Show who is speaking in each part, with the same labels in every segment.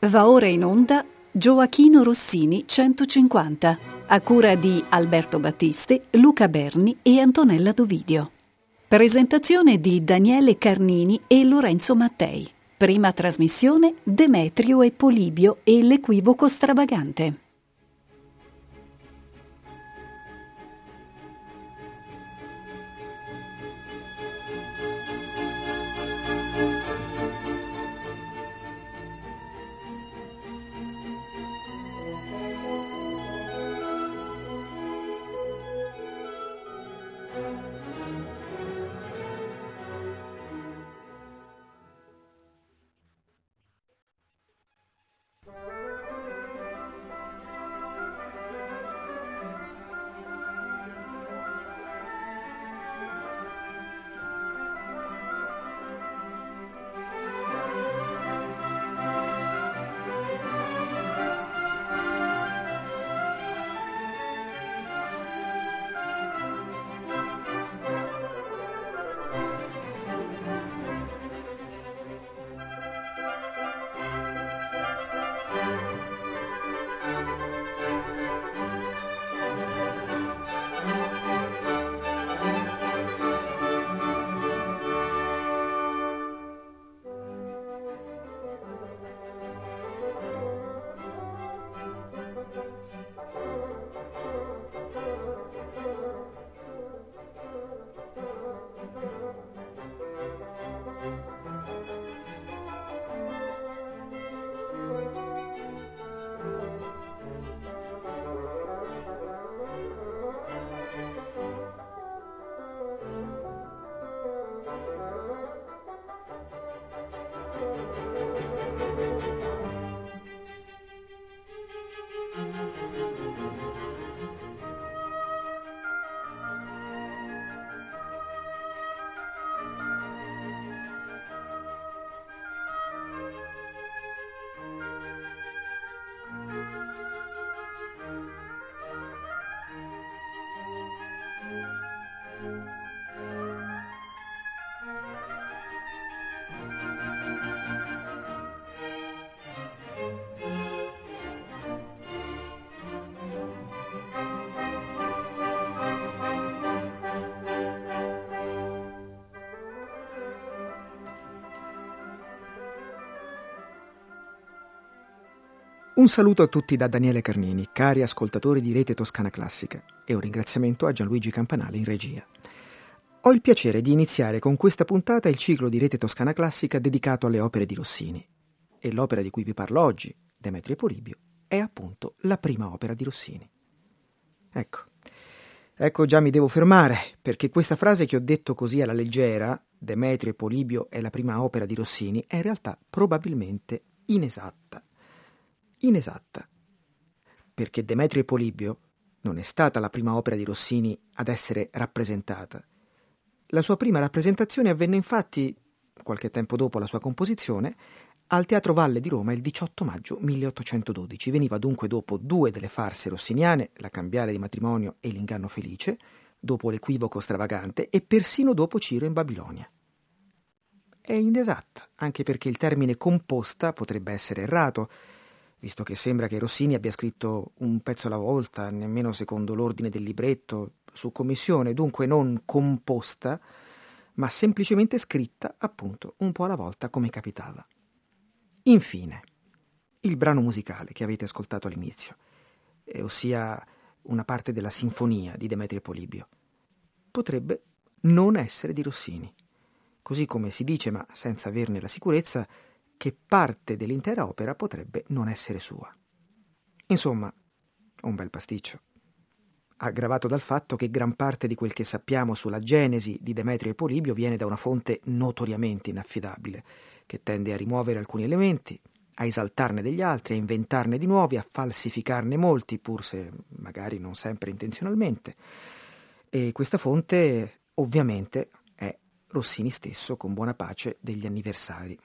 Speaker 1: Va ora in onda Gioachino Rossini 150, a cura di Alberto Battisti, Luca Berni e Antonella Dovidio. Presentazione di Daniele Carnini e Lorenzo Mattei. Prima trasmissione Demetrio e Polibio e l'equivoco stravagante.
Speaker 2: Un saluto a tutti da Daniele Carnini, cari ascoltatori di Rete Toscana Classica, e un ringraziamento a Gianluigi Campanale in regia. Ho il piacere di iniziare con questa puntata il ciclo di Rete Toscana Classica dedicato alle opere di Rossini. E l'opera di cui vi parlo oggi, Demetrio e Polibio, è appunto la prima opera di Rossini. Ecco già mi devo fermare, perché questa frase che ho detto così alla leggera, Demetrio e Polibio è la prima opera di Rossini, è in realtà probabilmente inesatta, perché Demetrio e Polibio non è stata la prima opera di Rossini ad essere rappresentata. La sua prima rappresentazione avvenne infatti, qualche tempo dopo la sua composizione, al Teatro Valle di Roma il 18 maggio 1812. Veniva dunque dopo due delle farse rossiniane, La cambiale di matrimonio e L'inganno felice, dopo L'equivoco stravagante e persino dopo Ciro in Babilonia. È inesatta, anche perché il termine composta potrebbe essere errato, visto che sembra che Rossini abbia scritto un pezzo alla volta, nemmeno secondo l'ordine del libretto, su commissione, dunque non composta, ma semplicemente scritta, appunto, un po' alla volta come capitava. Infine, il brano musicale che avete ascoltato all'inizio, ossia una parte della sinfonia di Demetrio e Polibio, potrebbe non essere di Rossini, così come si dice, ma senza averne la sicurezza, che parte dell'intera opera potrebbe non essere sua. Insomma, un bel pasticcio, aggravato dal fatto che gran parte di quel che sappiamo sulla genesi di Demetrio e Polibio viene da una fonte notoriamente inaffidabile, che tende a rimuovere alcuni elementi, a esaltarne degli altri, a inventarne di nuovi, a falsificarne molti, pur se magari non sempre intenzionalmente. E questa fonte, ovviamente, è Rossini stesso, con buona pace degli anniversari.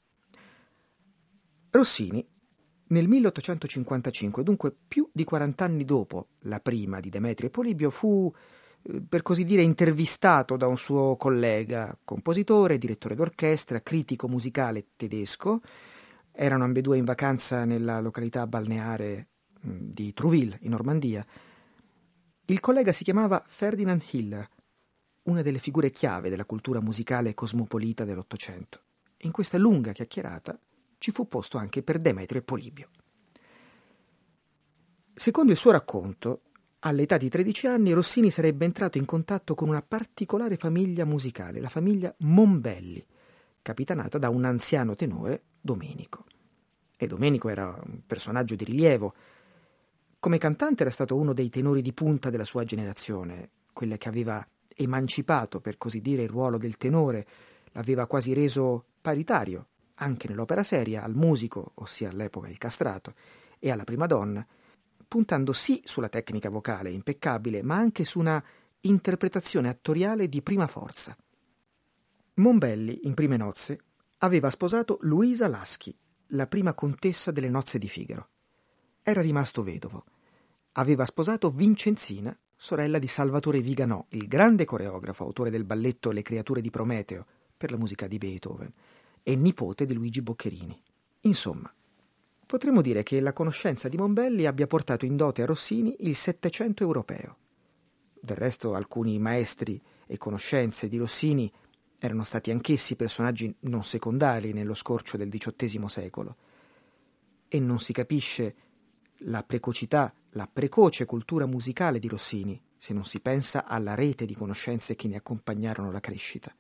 Speaker 2: Rossini, nel 1855, dunque più di 40 anni dopo la prima di Demetrio e Polibio, fu, per così dire, intervistato da un suo collega, compositore, direttore d'orchestra, critico musicale tedesco, Erano ambedue in vacanza nella località balneare di Trouville, in Normandia. Il collega si chiamava Ferdinand Hiller, una delle figure chiave della cultura musicale cosmopolita dell'Ottocento. In questa lunga chiacchierata ci fu posto anche per Demetrio e Polibio. Secondo il suo racconto, all'età di 13 anni Rossini sarebbe entrato in contatto con una particolare famiglia musicale, la famiglia Mombelli, capitanata da un anziano tenore, Domenico. E Domenico era un personaggio di rilievo. Come cantante era stato uno dei tenori di punta della sua generazione, quella che aveva emancipato, per così dire, il ruolo del tenore, l'aveva quasi reso paritario, anche nell'opera seria, al musico, ossia all'epoca il castrato, e alla prima donna, puntando sì sulla tecnica vocale impeccabile, ma anche su una interpretazione attoriale di prima forza. Mombelli, in prime nozze, aveva sposato Luisa Laschi, la prima contessa delle nozze di Figaro. Era rimasto vedovo. Aveva sposato Vincenzina, sorella di Salvatore Viganò, il grande coreografo, autore del balletto Le creature di Prometeo, per la musica di Beethoven, e nipote di Luigi Boccherini. Insomma, potremmo dire che la conoscenza di Mombelli abbia portato in dote a Rossini il Settecento europeo. Del resto, alcuni maestri e conoscenze di Rossini erano stati anch'essi personaggi non secondari nello scorcio del XVIII secolo. E non si capisce la precocità, la precoce cultura musicale di Rossini se non si pensa alla rete di conoscenze che ne accompagnarono la crescita.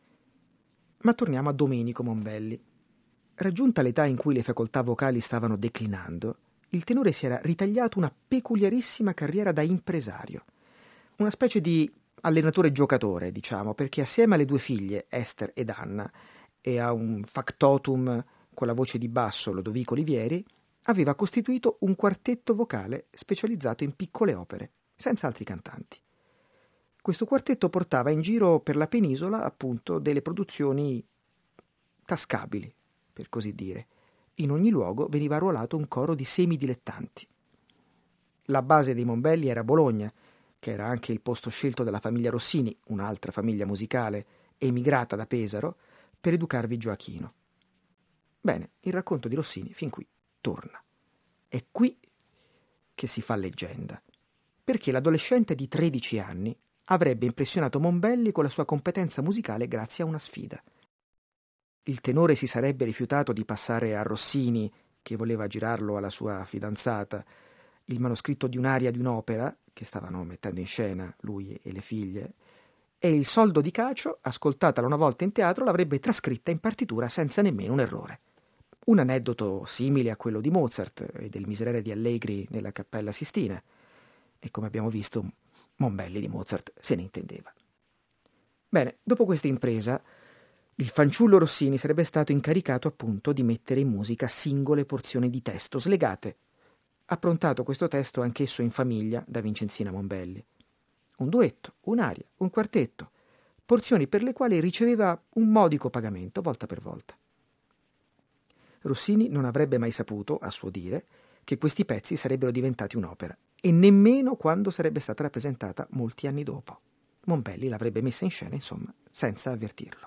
Speaker 2: Ma torniamo a Domenico Mombelli. Raggiunta l'età in cui le facoltà vocali stavano declinando, il tenore si era ritagliato una peculiarissima carriera da impresario, una specie di allenatore-giocatore, diciamo, perché assieme alle due figlie, Esther ed Anna, e a un factotum con la voce di basso, Lodovico Olivieri, aveva costituito un quartetto vocale specializzato in piccole opere, senza altri cantanti. Questo quartetto portava in giro per la penisola, appunto, delle produzioni tascabili, per così dire. In ogni luogo veniva arruolato un coro di semidilettanti. La base dei Mombelli era Bologna, che era anche il posto scelto dalla famiglia Rossini, un'altra famiglia musicale, emigrata da Pesaro, per educarvi Gioachino. Bene, il racconto di Rossini fin qui torna. È qui che si fa leggenda, perché l'adolescente di 13 anni avrebbe impressionato Mombelli con la sua competenza musicale grazie a una sfida. Il tenore si sarebbe rifiutato di passare a Rossini, che voleva girarlo alla sua fidanzata, il manoscritto di un'aria di un'opera che stavano mettendo in scena lui e le figlie, e il soldo di Cacio, ascoltatala una volta in teatro, l'avrebbe trascritta in partitura senza nemmeno un errore. Un aneddoto simile a quello di Mozart e del Miserere di Allegri nella Cappella Sistina. E come abbiamo visto, Mombelli di Mozart se ne intendeva. Bene, dopo questa impresa, il fanciullo Rossini sarebbe stato incaricato appunto di mettere in musica singole porzioni di testo slegate. Approntato questo testo anch'esso in famiglia da Vincenzina Mombelli. Un duetto, un'aria, un quartetto, porzioni per le quali riceveva un modico pagamento volta per volta. Rossini non avrebbe mai saputo, a suo dire, che questi pezzi sarebbero diventati un'opera, e nemmeno quando sarebbe stata rappresentata molti anni dopo. Mombelli l'avrebbe messa in scena, insomma, senza avvertirlo.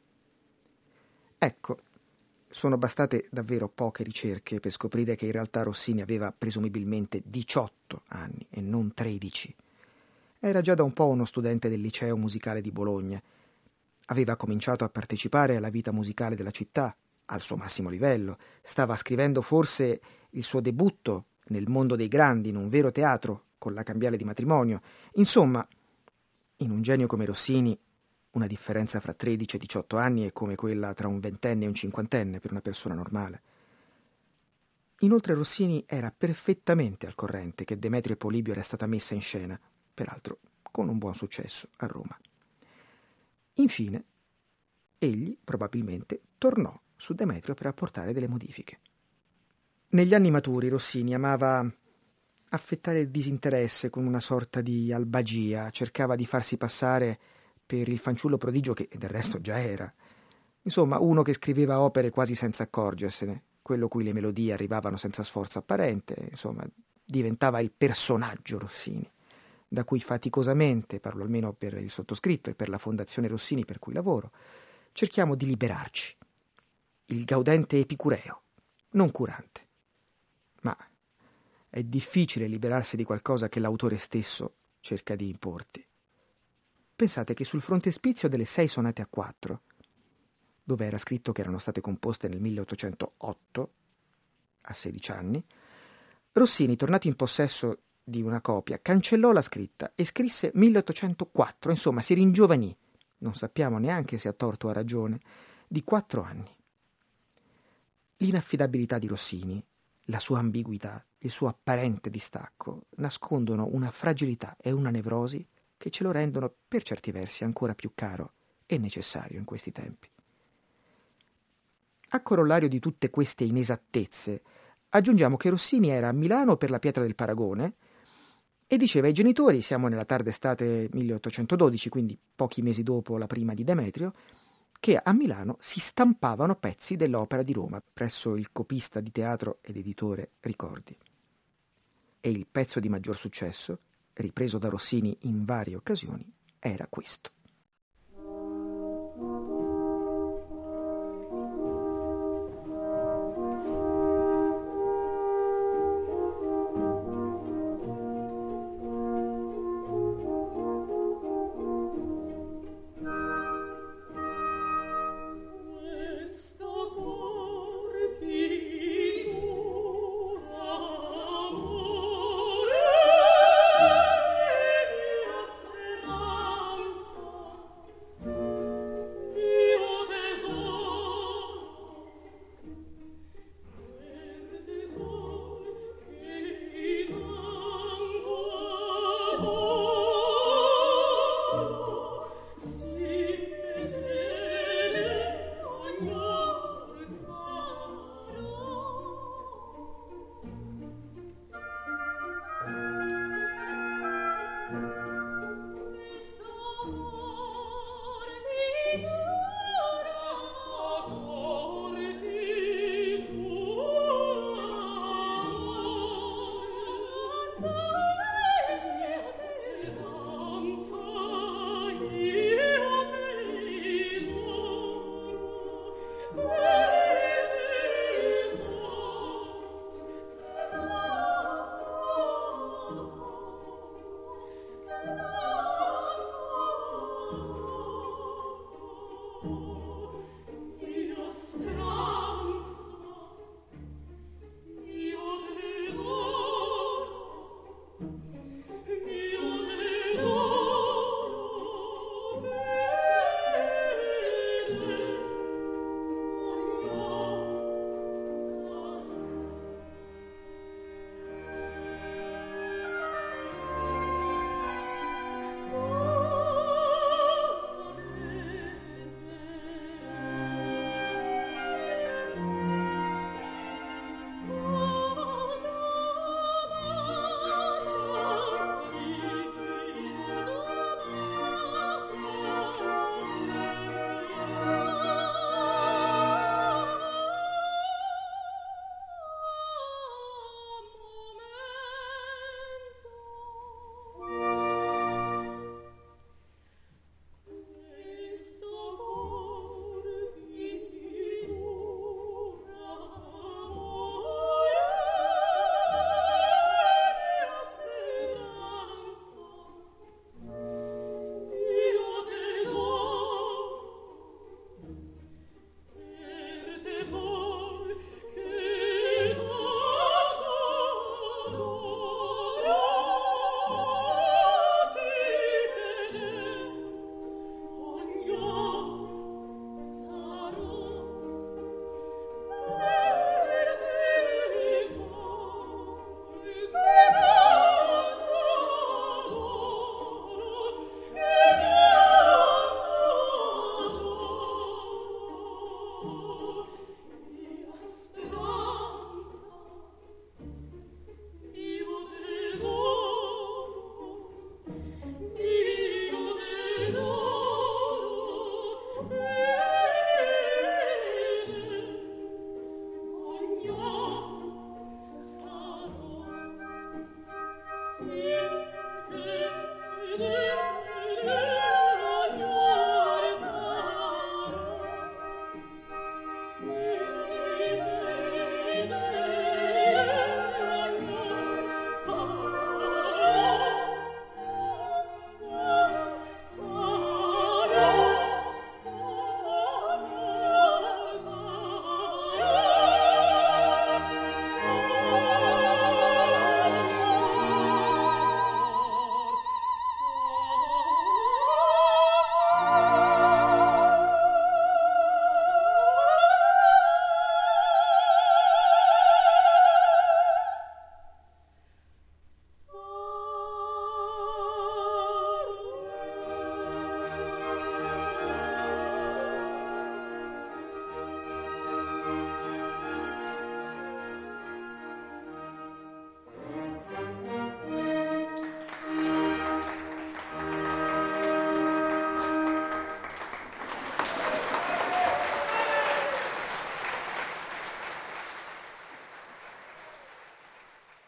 Speaker 2: Ecco, sono bastate davvero poche ricerche per scoprire che in realtà Rossini aveva presumibilmente 18 anni e non 13. Era già da un po' uno studente del liceo musicale di Bologna. Aveva cominciato a partecipare alla vita musicale della città, al suo massimo livello. Stava scrivendo forse il suo debutto nel mondo dei grandi, in un vero teatro, con la cambiale di matrimonio. Insomma, in un genio come Rossini, una differenza fra 13 e 18 anni è come quella tra un ventenne e un cinquantenne per una persona normale. Inoltre Rossini era perfettamente al corrente che Demetrio e Polibio era stata messa in scena, peraltro con un buon successo, a Roma. Infine, egli probabilmente tornò su Demetrio per apportare delle modifiche. Negli anni maturi Rossini amava affettare il disinteresse con una sorta di albagia, cercava di farsi passare per il fanciullo prodigio che del resto già era. Insomma, uno che scriveva opere quasi senza accorgersene, quello cui le melodie arrivavano senza sforzo apparente, insomma, diventava il personaggio Rossini, da cui faticosamente, parlo almeno per il sottoscritto e per la Fondazione Rossini per cui lavoro, cerchiamo di liberarci. Il gaudente epicureo, noncurante. Ma è difficile liberarsi di qualcosa che l'autore stesso cerca di importi. Pensate che sul frontespizio delle 6 sonate a 4, dove era scritto che erano state composte nel 1808, a 16 anni, Rossini, tornato in possesso di una copia, cancellò la scritta e scrisse 1804, insomma si ringiovanì, non sappiamo neanche se a torto o a ragione, di 4 anni. L'inaffidabilità di Rossini, la sua ambiguità, il suo apparente distacco nascondono una fragilità e una nevrosi che ce lo rendono per certi versi ancora più caro e necessario in questi tempi. A corollario di tutte queste inesattezze, aggiungiamo che Rossini era a Milano per la Pietra del Paragone e diceva ai genitori, siamo nella tarda estate 1812, quindi pochi mesi dopo la prima di Demetrio, che a Milano si stampavano pezzi dell'Opera di Roma presso il copista di teatro ed editore Ricordi. E il pezzo di maggior successo, ripreso da Rossini in varie occasioni, era questo.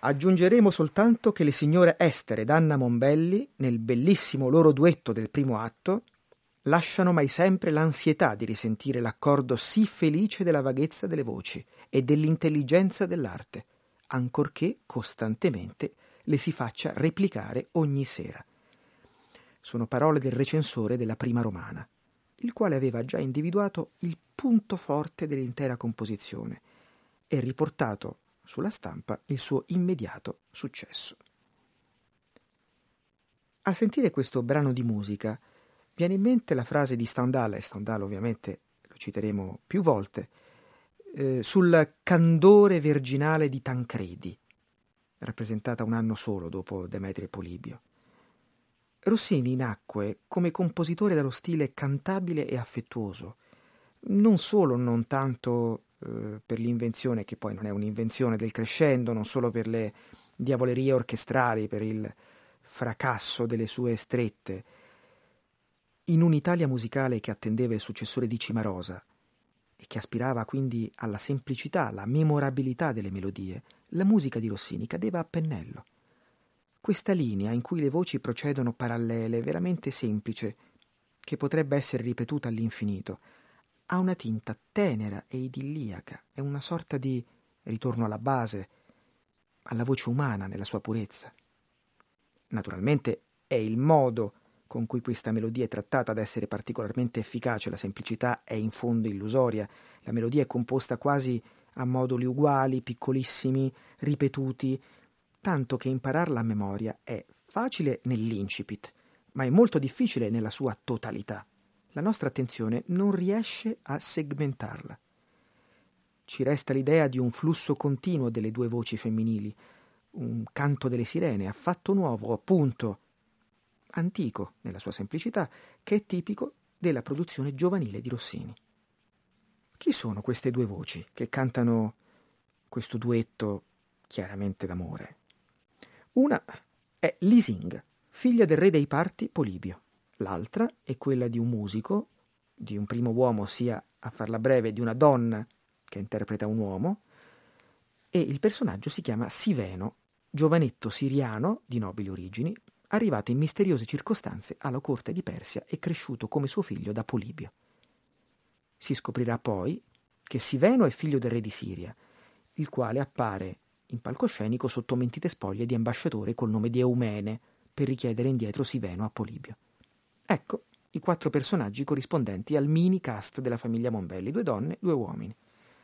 Speaker 2: Aggiungeremo soltanto che le signore Ester ed Anna Mombelli, nel bellissimo loro duetto del primo atto, lasciano mai sempre l'ansietà di risentire l'accordo sì felice della vaghezza delle voci e dell'intelligenza dell'arte, ancorché costantemente le si faccia replicare ogni sera. Sono parole del recensore della prima romana, il quale aveva già individuato il punto forte dell'intera composizione e riportato sulla stampa il suo immediato successo. A sentire questo brano di musica viene in mente la frase di Stendhal, e Stendhal ovviamente lo citeremo più volte, sul candore virginale di Tancredi, rappresentata un anno solo dopo Demetrio e Polibio. Rossini nacque come compositore dallo stile cantabile e affettuoso, non solo non tanto per l'invenzione, che poi non è un'invenzione, del crescendo, non solo per le diavolerie orchestrali, per il fracasso delle sue strette. In un'Italia musicale che attendeva il successore di Cimarosa e che aspirava quindi alla semplicità, alla memorabilità delle melodie, la musica di Rossini cadeva a pennello. Questa linea in cui le voci procedono parallele, veramente semplice, che potrebbe essere ripetuta all'infinito, ha una tinta tenera e idilliaca, è una sorta di ritorno alla base, alla voce umana nella sua purezza. Naturalmente è il modo con cui questa melodia è trattata ad essere particolarmente efficace, la semplicità è in fondo illusoria, la melodia è composta quasi a moduli uguali, piccolissimi, ripetuti, tanto che impararla a memoria è facile nell'incipit, ma è molto difficile nella sua totalità. La nostra attenzione non riesce a segmentarla. Ci resta l'idea di un flusso continuo delle due voci femminili, un canto delle sirene affatto nuovo, appunto, antico nella sua semplicità, che è tipico della produzione giovanile di Rossini. Chi sono queste due voci che cantano questo duetto chiaramente d'amore? Una è Lising, figlia del re dei parti Polibio. L'altra è quella di un musico, di un primo uomo, ossia, a farla breve, di una donna che interpreta un uomo, e il personaggio si chiama Siveno, giovanetto siriano di nobili origini, arrivato in misteriose circostanze alla corte di Persia e cresciuto come suo figlio da Polibio. Si scoprirà poi che Siveno è figlio del re di Siria, il quale appare in palcoscenico sotto mentite spoglie di ambasciatore col nome di Eumene per richiedere indietro Siveno a Polibio. Ecco i 4 personaggi corrispondenti al mini cast della famiglia Mombelli, 2 donne, 2 uomini.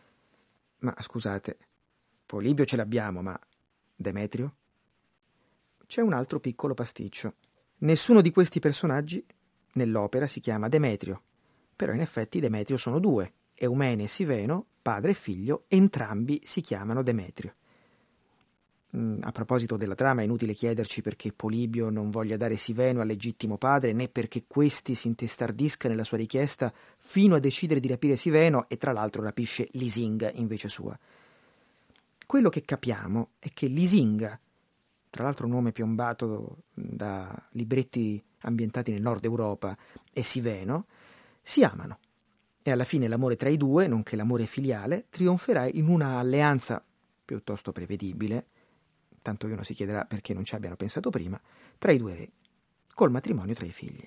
Speaker 2: Ma scusate, Polibio ce l'abbiamo, ma Demetrio? C'è un altro piccolo pasticcio. Nessuno di questi personaggi nell'opera si chiama Demetrio, però in effetti Demetrio sono 2, Eumene e Siveno, padre e figlio, entrambi si chiamano Demetrio. A proposito della trama è inutile chiederci perché Polibio non voglia dare Siveno al legittimo padre, né perché questi si intestardisca nella sua richiesta fino a decidere di rapire Siveno e tra l'altro rapisce Lisinga invece sua. Quello che capiamo è che Lisinga, tra l'altro un nome piombato da libretti ambientati nel nord Europa, e Siveno si amano e alla fine l'amore tra i due, nonché l'amore filiale, trionferà in una alleanza piuttosto prevedibile, tanto uno si chiederà perché non ci abbiano pensato prima, tra i 2 re, col matrimonio tra i figli.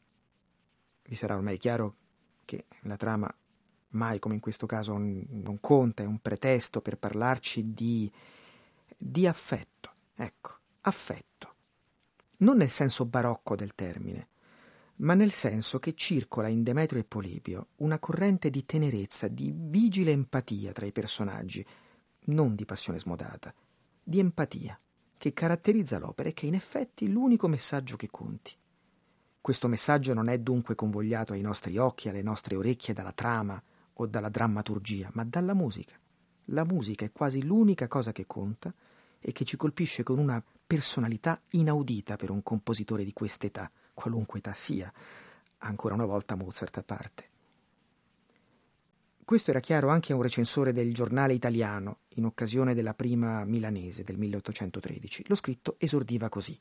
Speaker 2: Vi sarà ormai chiaro che la trama mai come in questo caso non conta, è un pretesto per parlarci di affetto. Ecco, affetto. Non nel senso barocco del termine, ma nel senso che circola in Demetrio e Polibio una corrente di tenerezza, di vigile empatia tra i personaggi, non di passione smodata, di empatia, che caratterizza l'opera e che in effetti è l'unico messaggio che conti. Questo messaggio non è dunque convogliato ai nostri occhi, alle nostre orecchie dalla trama o dalla drammaturgia, ma dalla musica. La musica è quasi l'unica cosa che conta e che ci colpisce con una personalità inaudita per un compositore di quest'età, qualunque età sia, ancora una volta Mozart a parte. Questo era chiaro anche a un recensore del Giornale Italiano in occasione della prima milanese del 1813. Lo scritto esordiva così: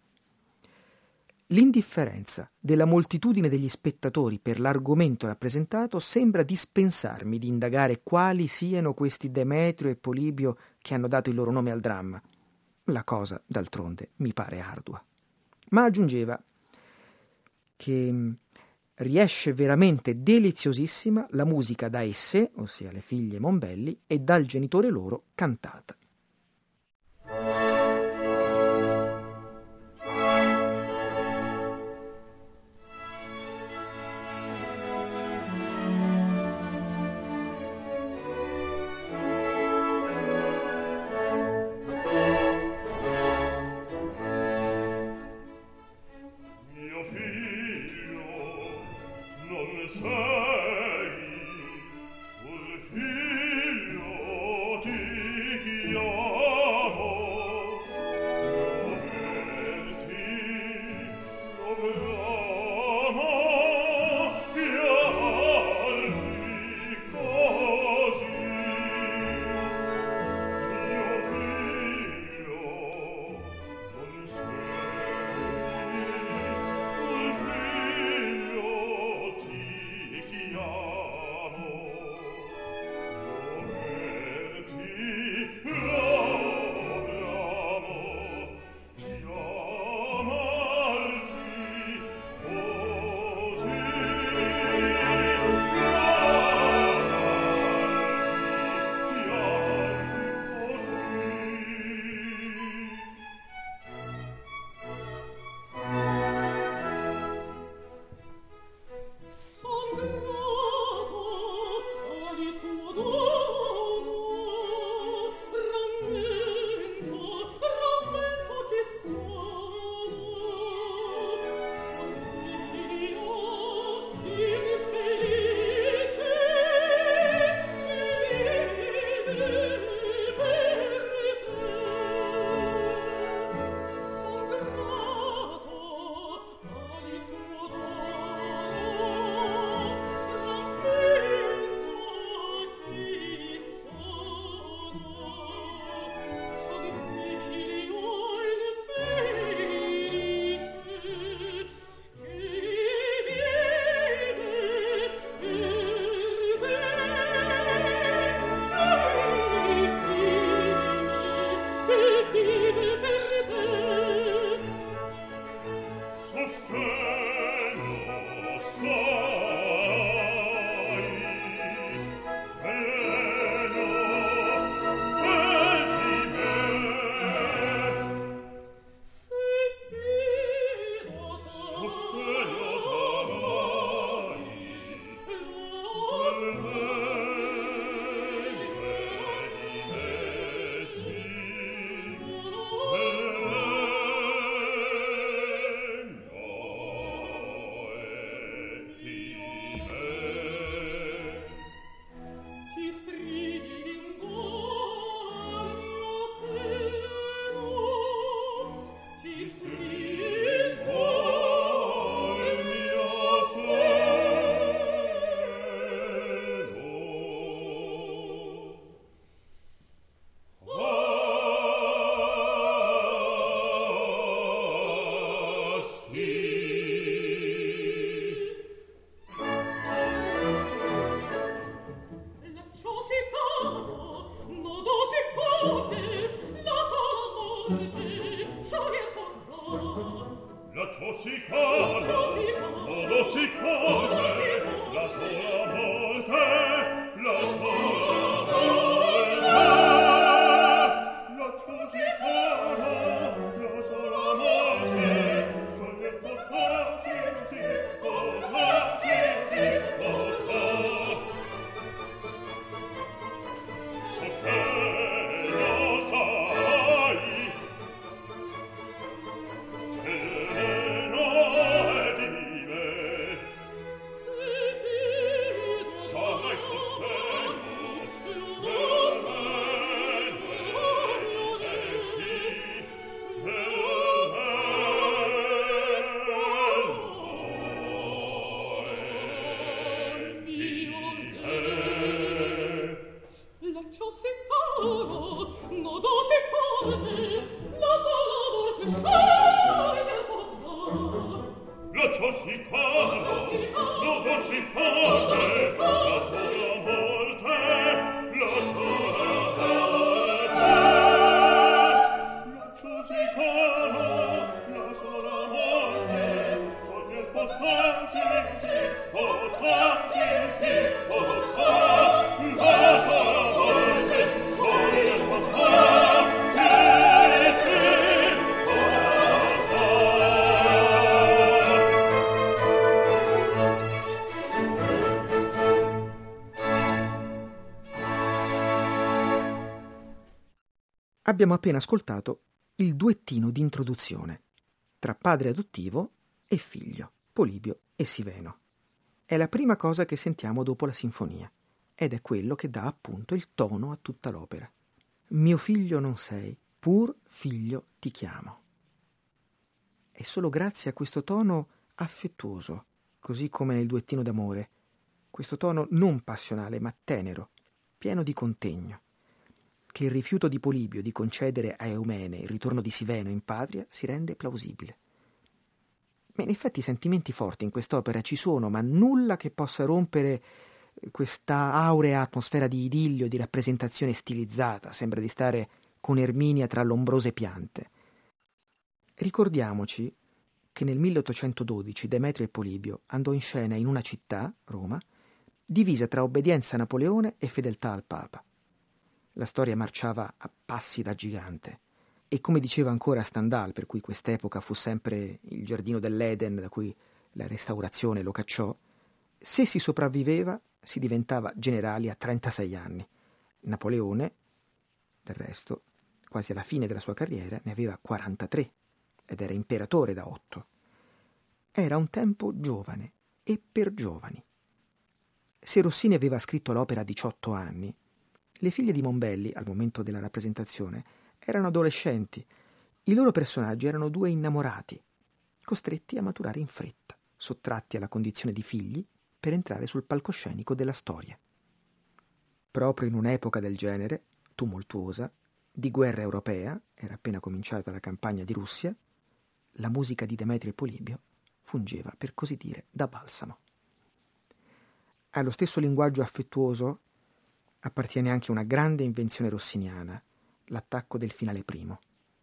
Speaker 2: l'indifferenza della moltitudine degli spettatori per l'argomento rappresentato sembra dispensarmi di indagare quali siano questi Demetrio e Polibio che hanno dato il loro nome al dramma. La cosa, d'altronde, mi pare ardua. Ma aggiungeva che riesce veramente deliziosissima la musica da esse, ossia le figlie Mombelli, e dal genitore loro cantata. Abbiamo appena ascoltato il duettino di introduzione tra padre adottivo e figlio, Polibio e Siveno. È la prima cosa che sentiamo dopo la sinfonia ed è quello che dà appunto il tono a tutta l'opera. Mio figlio non sei, pur figlio ti chiamo. È solo grazie a questo tono affettuoso, così come nel duettino d'amore, questo tono non passionale ma tenero, pieno di contegno, che il rifiuto di Polibio di concedere a Eumene il ritorno di Siveno in patria si rende plausibile. Ma in effetti sentimenti forti in quest'opera ci sono, ma nulla che possa rompere questa aurea atmosfera di idillio, di rappresentazione stilizzata. Sembra di stare con Erminia tra l'ombrose piante. Ricordiamoci che nel 1812 Demetrio e Polibio andò in scena in una città, Roma, divisa tra obbedienza a Napoleone e fedeltà al Papa. La storia marciava a passi da gigante e, come diceva ancora Stendhal, per cui quest'epoca fu sempre il giardino dell'Eden da cui la restaurazione lo cacciò, se si sopravviveva si diventava generali a 36 anni. Napoleone, del resto, quasi alla fine della sua carriera, ne aveva 43 ed era imperatore da 8. Era un tempo giovane e per giovani. Se Rossini aveva scritto l'opera a 18 anni, le figlie di Mombelli, al momento della rappresentazione, erano adolescenti. I loro personaggi erano due innamorati, costretti a maturare in fretta, sottratti alla condizione di figli per entrare sul palcoscenico della storia. Proprio in un'epoca del genere, tumultuosa, di guerra europea, era appena cominciata la campagna di Russia, la musica di Demetrio e Polibio fungeva, per così dire, da balsamo. Allo stesso linguaggio affettuoso appartiene anche una grande invenzione rossiniana, l'attacco del finale primo.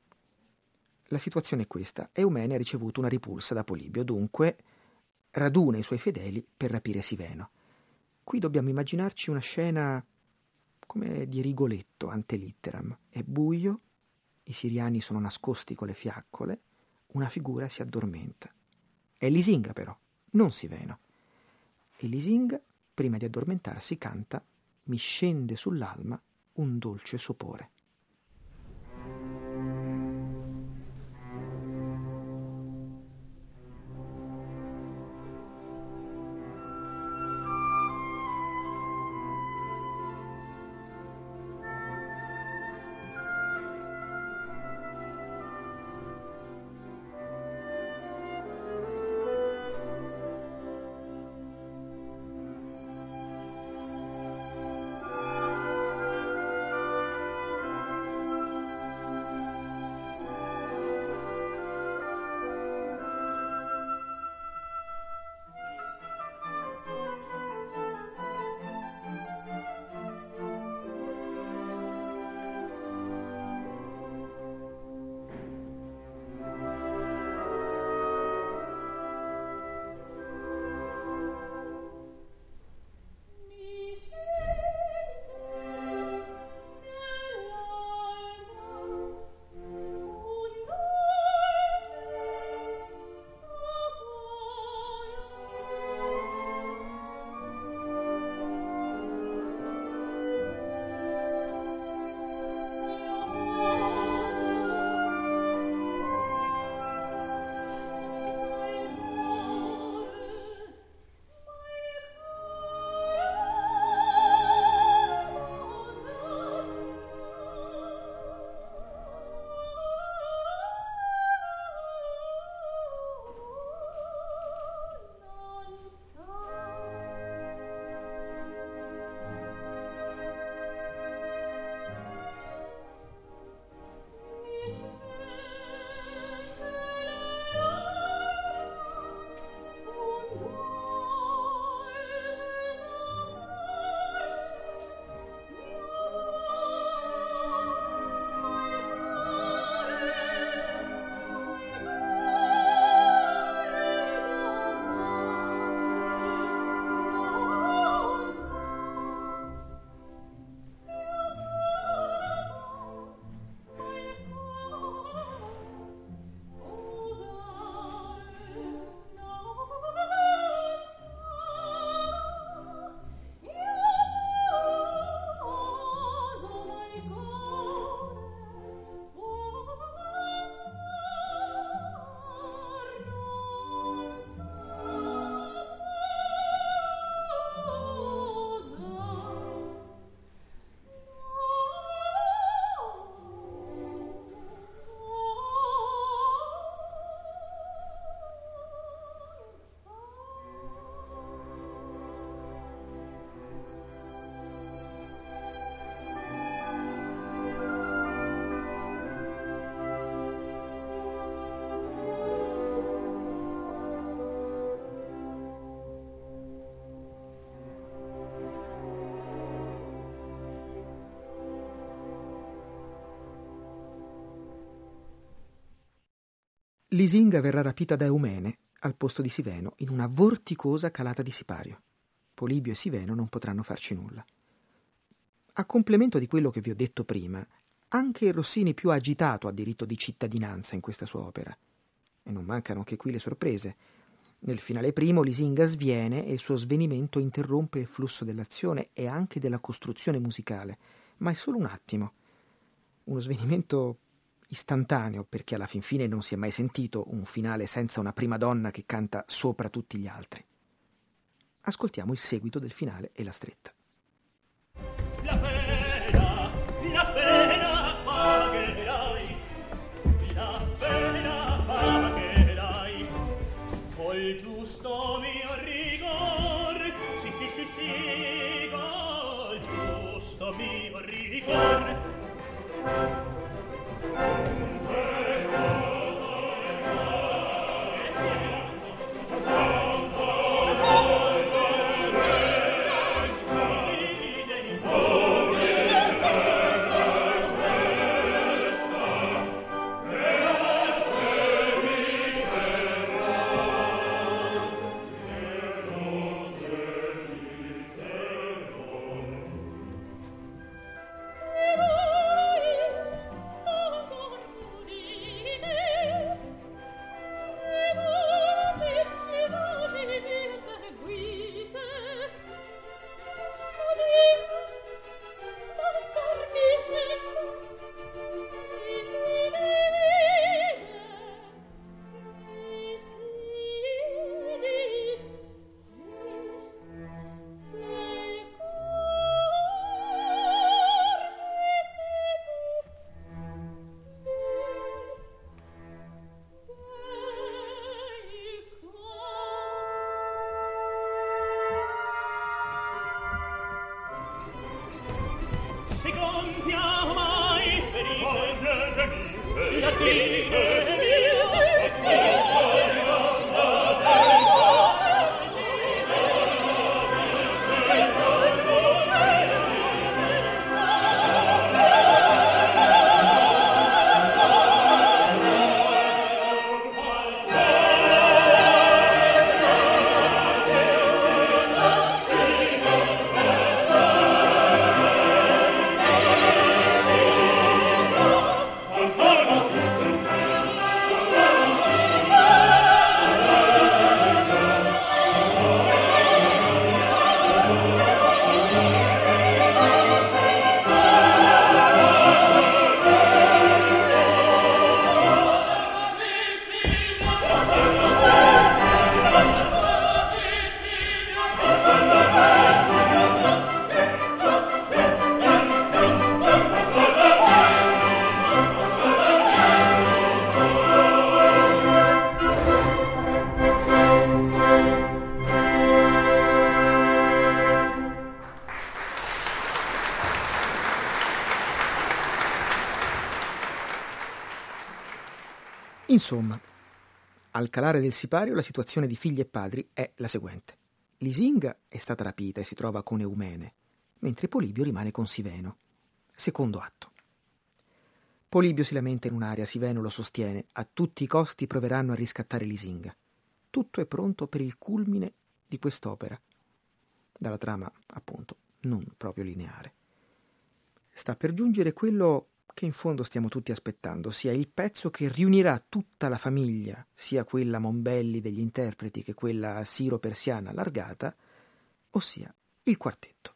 Speaker 2: La situazione è questa: Eumene ha ricevuto una ripulsa da Polibio, dunque raduna i suoi fedeli per rapire Siveno. Qui dobbiamo immaginarci una scena come di Rigoletto ante litteram. È buio, i siriani sono nascosti con le fiaccole, una figura si addormenta. È Lisinga però, non Siveno. E Lisinga, prima di addormentarsi, canta «Mi scende sull'alma un dolce sopore». Lisinga verrà rapita da Eumene al posto di Siveno in una vorticosa calata di sipario. Polibio e Siveno non potranno farci nulla. A complemento di quello che vi ho detto prima, anche il Rossini più agitato ha diritto di cittadinanza in questa sua opera. E non mancano anche qui le sorprese. Nel finale primo Lisinga sviene e il suo svenimento interrompe il flusso dell'azione e anche della costruzione musicale, ma è solo un attimo. Uno svenimento istantaneo, perché alla fin fine non si è mai sentito un finale senza una prima donna che canta sopra tutti gli altri. Ascoltiamo il seguito del finale e la stretta.
Speaker 3: La pena pagherai, la pena pagherai, col giusto mio rigor, sì, col giusto mio rigor.
Speaker 2: Insomma, al calare del sipario la situazione di figli e padri è la seguente. Lisinga è stata rapita e si trova con Eumene, mentre Polibio rimane con Siveno. Secondo atto. Polibio si lamenta in un'aria, Siveno lo sostiene, a tutti i costi proveranno a riscattare Lisinga. Tutto è pronto per il culmine di quest'opera. Dalla trama, appunto, non proprio lineare. Sta per giungere quello che in fondo stiamo tutti aspettando, sia il pezzo che riunirà tutta la famiglia, sia quella Mombelli degli interpreti che quella siro-persiana allargata, ossia il quartetto.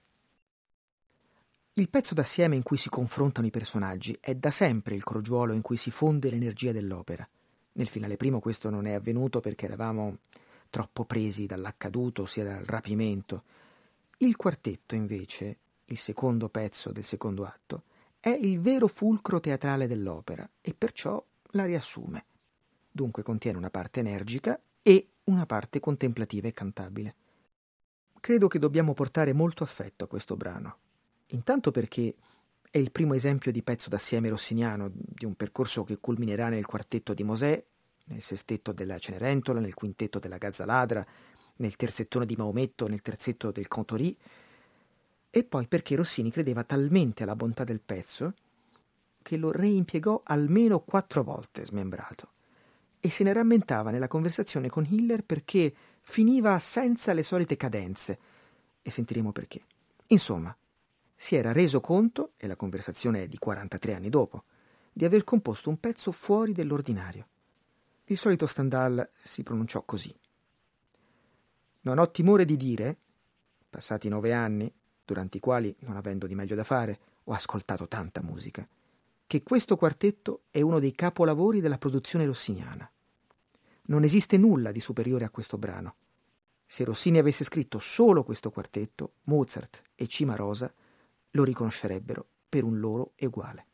Speaker 2: Il pezzo d'assieme in cui si confrontano i personaggi è da sempre il crogiuolo in cui si fonde l'energia dell'opera. Nel finale primo questo non è avvenuto perché eravamo troppo presi dall'accaduto, sia dal rapimento. Il quartetto, invece, il secondo pezzo del secondo atto, è il vero fulcro teatrale dell'opera e perciò la riassume. Dunque contiene una parte energica e una parte contemplativa e cantabile. Credo che dobbiamo portare molto affetto a questo brano. Intanto perché è il primo esempio di pezzo d'assieme rossiniano, di un percorso che culminerà nel quartetto di Mosè, nel sestetto della Cenerentola, nel quintetto della Gazzaladra, nel terzettone di Maometto, nel terzetto del Cantori, e poi perché Rossini credeva talmente alla bontà del pezzo che lo reimpiegò almeno 4 volte smembrato. e se ne rammentava nella conversazione con Hiller perché finiva senza le solite cadenze, e sentiremo perché. Insomma, si era reso conto, e la conversazione è di 43 anni dopo, di aver composto un pezzo fuori dell'ordinario. Il solito Stendhal si pronunciò così. Non ho timore di dire, passati 9 anni, durante i quali, non avendo di meglio da fare, ho ascoltato tanta musica, che questo quartetto è uno dei capolavori della produzione rossiniana. Non esiste nulla di superiore a questo brano. Se Rossini avesse scritto solo questo quartetto, Mozart e Cimarosa lo riconoscerebbero per un loro eguale.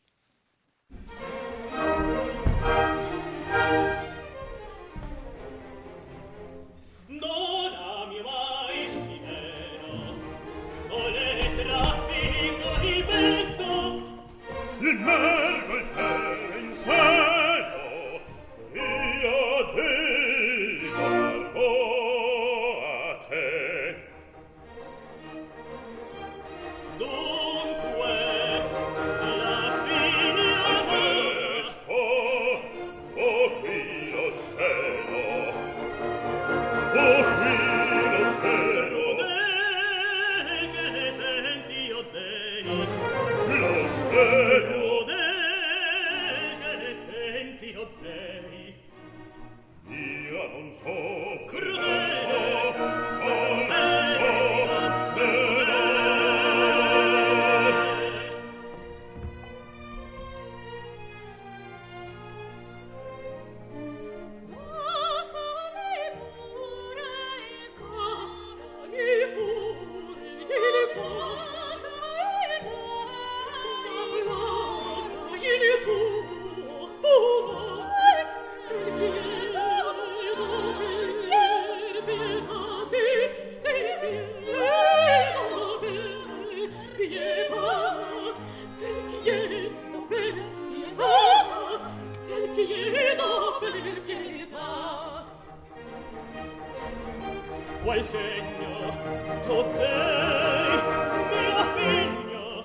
Speaker 3: Qual segno, o dei, mia figlia?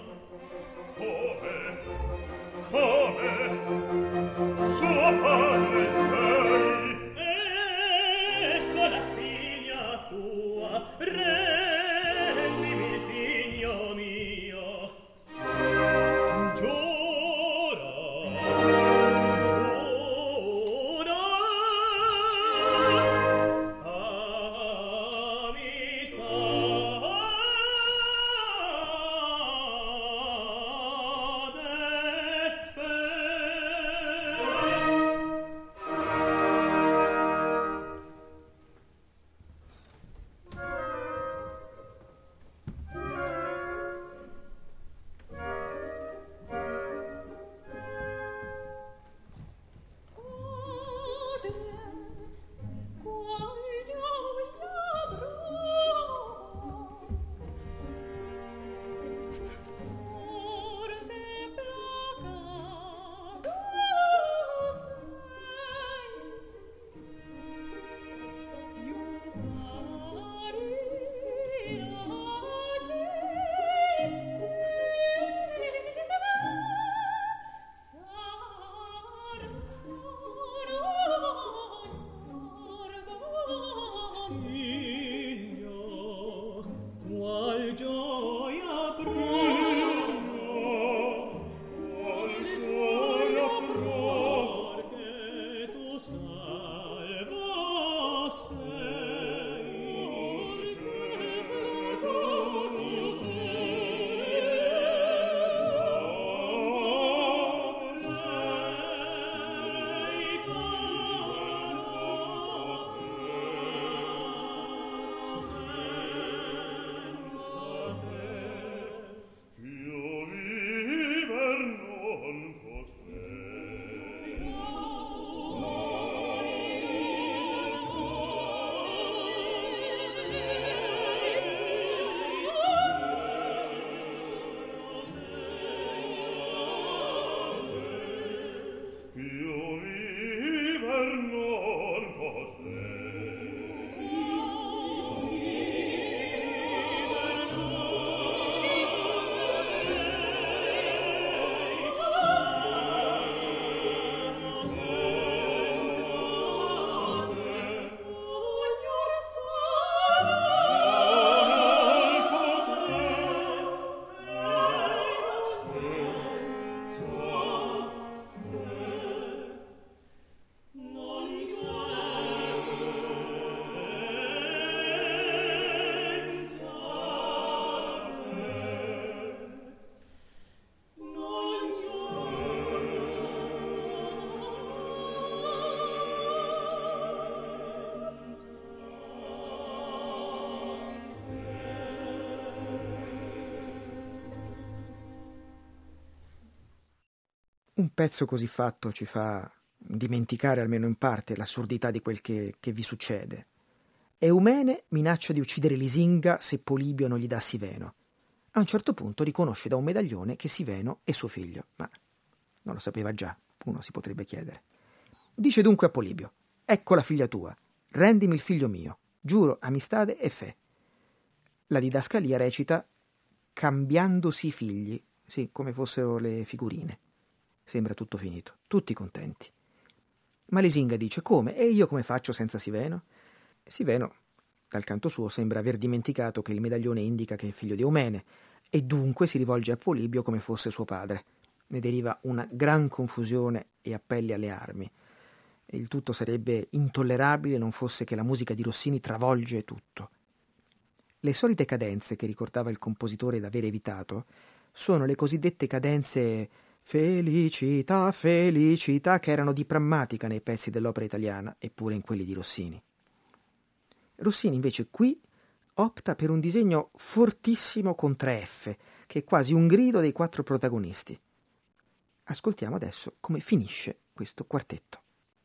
Speaker 3: Come, suo padre sei? Ecco la figlia tua, rendimi il figlio mio. Giura,
Speaker 2: Un pezzo così fatto ci fa dimenticare almeno in parte l'assurdità di quel che vi succede. Eumene minaccia di uccidere Lisinga se Polibio non gli dà Siveno. A un certo punto riconosce da un medaglione che Siveno è suo figlio, ma non lo sapeva già, uno si potrebbe chiedere. Dice dunque a Polibio: ecco la figlia tua, rendimi il figlio mio, giuro amistade e fe. La didascalia recita cambiandosi i figli, sì, come fossero le figurine. Sembra tutto finito, tutti contenti. Ma Lisinga dice: come? E io come faccio senza Siveno? Siveno, dal canto suo, sembra aver dimenticato che il medaglione indica che è figlio di Eumene e dunque si rivolge a Polibio come fosse suo padre. Ne deriva una gran confusione e appelli alle armi. E il tutto sarebbe intollerabile non fosse che la musica di Rossini travolge tutto. Le solite cadenze che ricordava il compositore d'aver evitato sono le cosiddette cadenze felicità, felicità, che erano di prammatica nei pezzi dell'opera italiana e pure in quelli di Rossini. Rossini invece qui opta per un disegno fortissimo con 3 F, che è quasi un grido dei 4 protagonisti. Ascoltiamo adesso come finisce questo quartetto.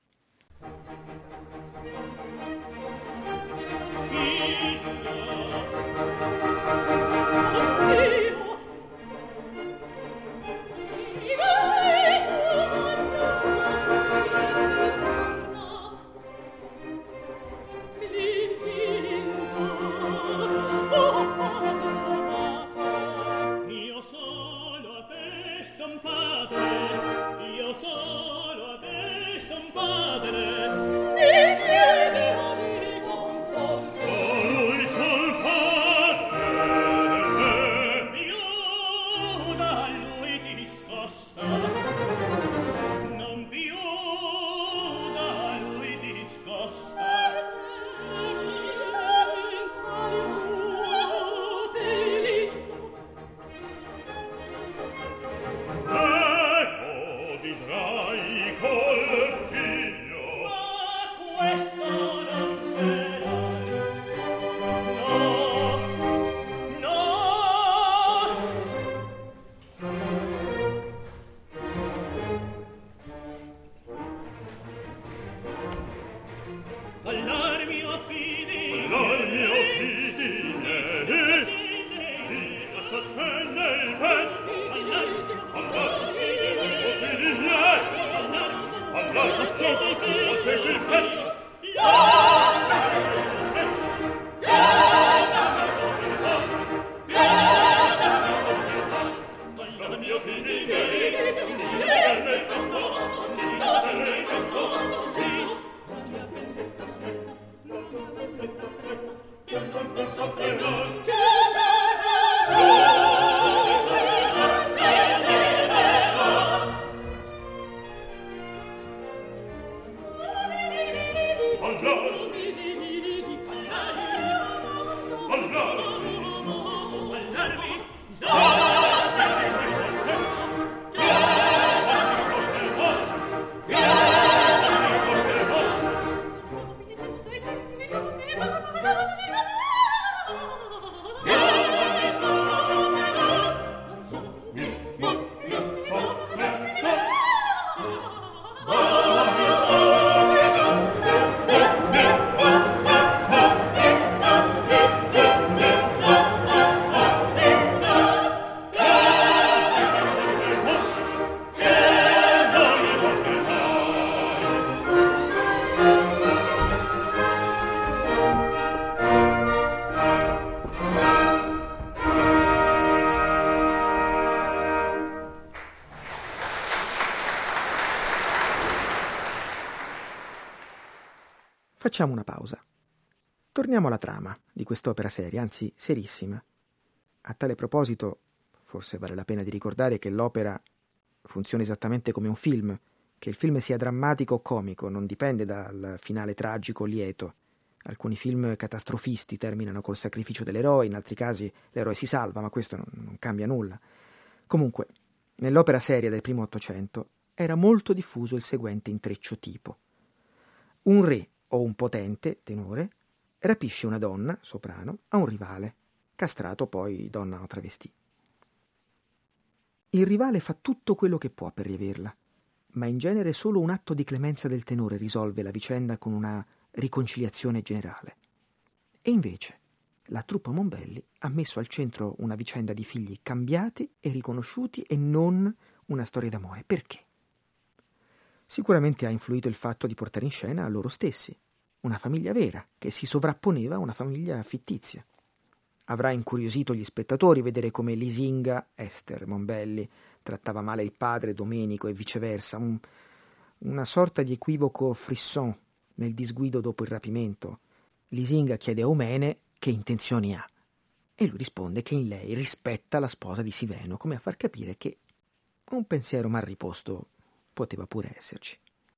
Speaker 2: Facciamo una pausa. Torniamo alla trama di quest'opera seria, anzi serissima. A tale proposito, forse vale la pena di ricordare che l'opera funziona esattamente come un film, che il film sia drammatico o comico non dipende dal finale tragico o lieto. Alcuni film catastrofisti terminano col sacrificio dell'eroe, in altri casi l'eroe si salva, ma questo non cambia nulla. Comunque, nell'opera seria del primo Ottocento era molto diffuso il seguente intreccio tipo. Un re o un potente, tenore, rapisce una donna, soprano, a un rivale, castrato poi donna o travestì. Il rivale fa tutto quello che può per riaverla. ma in genere solo un atto di clemenza del tenore risolve la vicenda con una riconciliazione generale. E invece la truppa Mombelli ha messo al centro una vicenda di figli cambiati e riconosciuti e non una storia d'amore. Perché? Sicuramente ha influito il fatto di portare in scena loro stessi, una famiglia vera che si sovrapponeva a una famiglia fittizia. Avrà incuriosito gli spettatori vedere come Lisinga, Ester Mombelli, trattava male il padre Domenico e viceversa, una sorta di equivoco frisson nel disguido dopo il rapimento. Lisinga chiede a Eumene che intenzioni ha e lui risponde che in lei rispetta la sposa di Siveno, come a far capire che un pensiero mal riposto poteva pure esserci.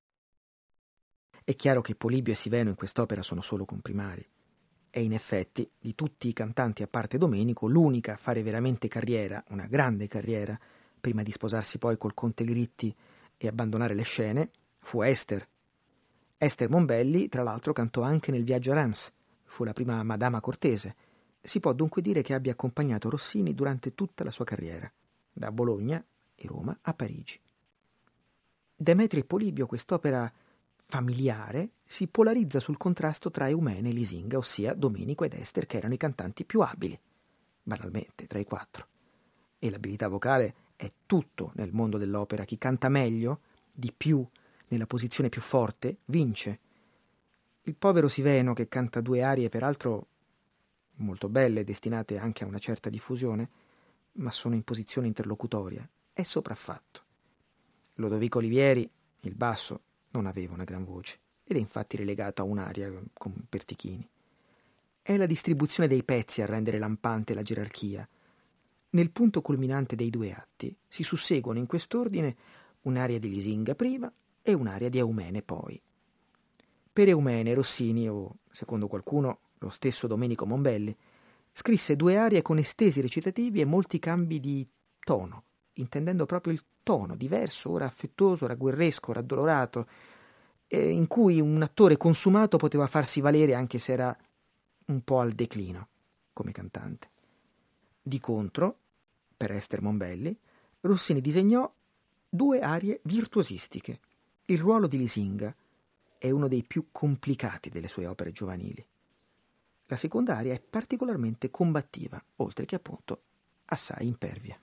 Speaker 2: È chiaro che Polibio e Siveno in quest'opera sono solo comprimari. E in effetti, di tutti i cantanti a parte Domenico, l'unica a fare veramente carriera, una grande carriera, prima di sposarsi poi col conte Gritti e abbandonare le scene, fu Ester. Ester Mombelli, tra l'altro, cantò anche nel Viaggio a Reims, fu la prima Madama cortese. Si può dunque dire che abbia accompagnato Rossini durante tutta la sua carriera, da Bologna e Roma a Parigi. Demetrio e Polibio, quest'opera familiare, si polarizza sul contrasto tra Eumene e Lisinga, ossia Domenico ed Ester, che erano i cantanti più abili, banalmente, tra i quattro. E l'abilità vocale è tutto nel mondo dell'opera. Chi canta meglio, di più, nella posizione più forte, vince. Il povero Siveno, che canta 2 arie, peraltro molto belle, destinate anche a una certa diffusione, ma sono in posizione interlocutoria, è sopraffatto. Lodovico Olivieri, il basso, non aveva una gran voce ed è infatti relegato a un'aria con Pertichini. È la distribuzione dei pezzi a rendere lampante la gerarchia. Nel punto culminante dei 2 atti si susseguono in quest'ordine un'aria di Lisinga prima e un'aria di Eumene poi. Per Eumene Rossini, o secondo qualcuno lo stesso Domenico Mombelli, scrisse 2 arie con estesi recitativi e molti cambi di tono, intendendo proprio il tono diverso, ora affettuoso, ora guerresco, ora addolorato, in cui un attore consumato poteva farsi valere anche se era un po' al declino come cantante. Di contro, per Ester Mombelli, Rossini disegnò 2 arie virtuosistiche. Il ruolo di Lisinga è uno dei più complicati delle sue opere giovanili. La seconda aria è particolarmente combattiva, oltre che appunto assai impervia.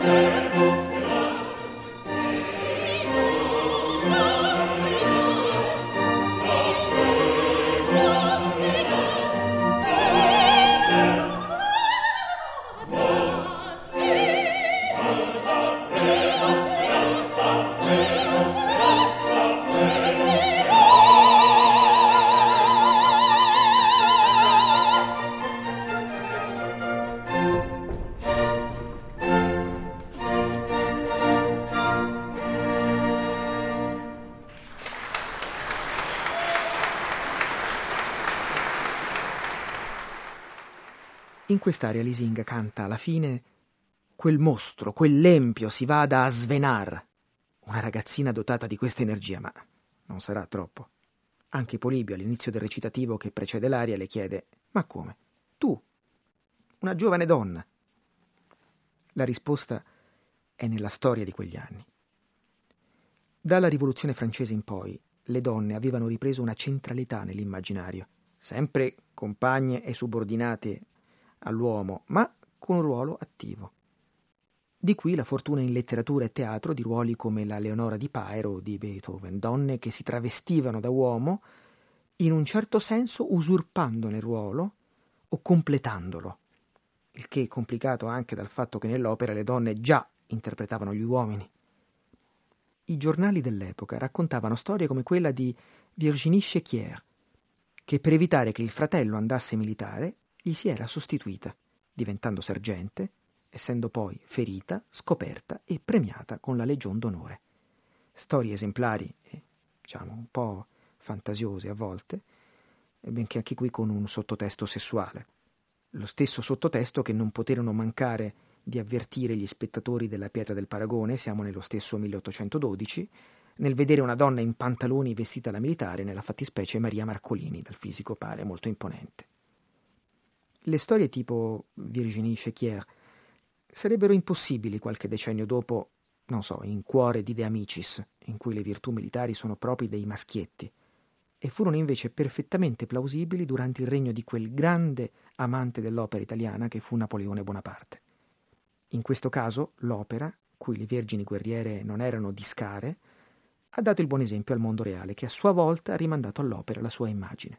Speaker 2: In quest'aria Lisinga canta alla fine: quel mostro, quell'empio si vada a svenar. Una ragazzina dotata di questa energia, ma non sarà troppo. Anche Polibio, all'inizio del recitativo che precede l'aria, le chiede: ma come? Tu, una giovane donna? La risposta è nella storia di quegli anni. Dalla Rivoluzione francese in poi, le donne avevano ripreso una centralità nell'immaginario, sempre compagne e subordinate all'uomo, ma con un ruolo attivo. Di qui la fortuna in letteratura e teatro di ruoli come la Leonora di Paero o di Beethoven, donne che si travestivano da uomo, in un certo senso usurpandone il ruolo o completandolo, il che è complicato anche dal fatto che nell'opera le donne già interpretavano gli uomini. I giornali dell'epoca raccontavano storie come quella di Virginie Checquier, che per evitare che il fratello andasse militare gli si era sostituita, diventando sergente, essendo poi ferita, scoperta e premiata con la Legion d'Onore. Storie esemplari e, diciamo, un po' fantasiose a volte, benché anche qui con un sottotesto sessuale. Lo stesso sottotesto che non poterono mancare di avvertire gli spettatori della Pietra del Paragone, siamo nello stesso 1812, nel vedere una donna in pantaloni vestita da militare, nella fattispecie Maria Marcolini, dal fisico pare molto imponente. Le storie tipo Virginie Checquier sarebbero impossibili qualche decennio dopo, non so, in Cuore di De Amicis, in cui le virtù militari sono proprie dei maschietti, e furono invece perfettamente plausibili durante il regno di quel grande amante dell'opera italiana che fu Napoleone Bonaparte. In questo caso l'opera, cui le vergini guerriere non erano discare, ha dato il buon esempio al mondo reale, che a sua volta ha rimandato all'opera la sua immagine.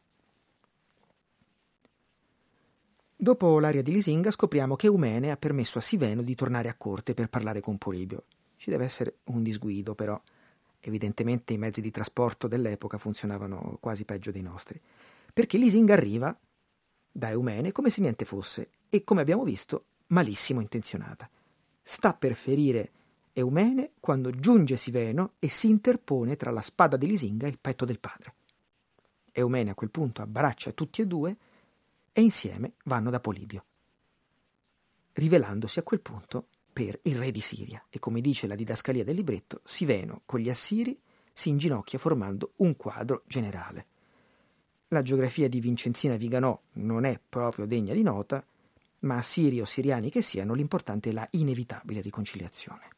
Speaker 2: Dopo l'aria di Lisinga scopriamo che Eumene ha permesso a Siveno di tornare a corte per parlare con Polibio. Ci deve essere un disguido, però evidentemente i mezzi di trasporto dell'epoca funzionavano quasi peggio dei nostri, perché Lisinga arriva da Eumene come se niente fosse e, come abbiamo visto, malissimo intenzionata. Sta per ferire Eumene quando giunge Siveno e si interpone tra la spada di Lisinga e il petto del padre. Eumene a quel punto abbraccia tutti e due e insieme vanno da Polibio, rivelandosi a quel punto per il re di Siria, e come dice la didascalia del libretto, Siveno con gli assiri si inginocchia formando un quadro generale. La geografia di Vincenzina Viganò non è proprio degna di nota, ma assiri o siriani che siano, l'importante è la inevitabile riconciliazione.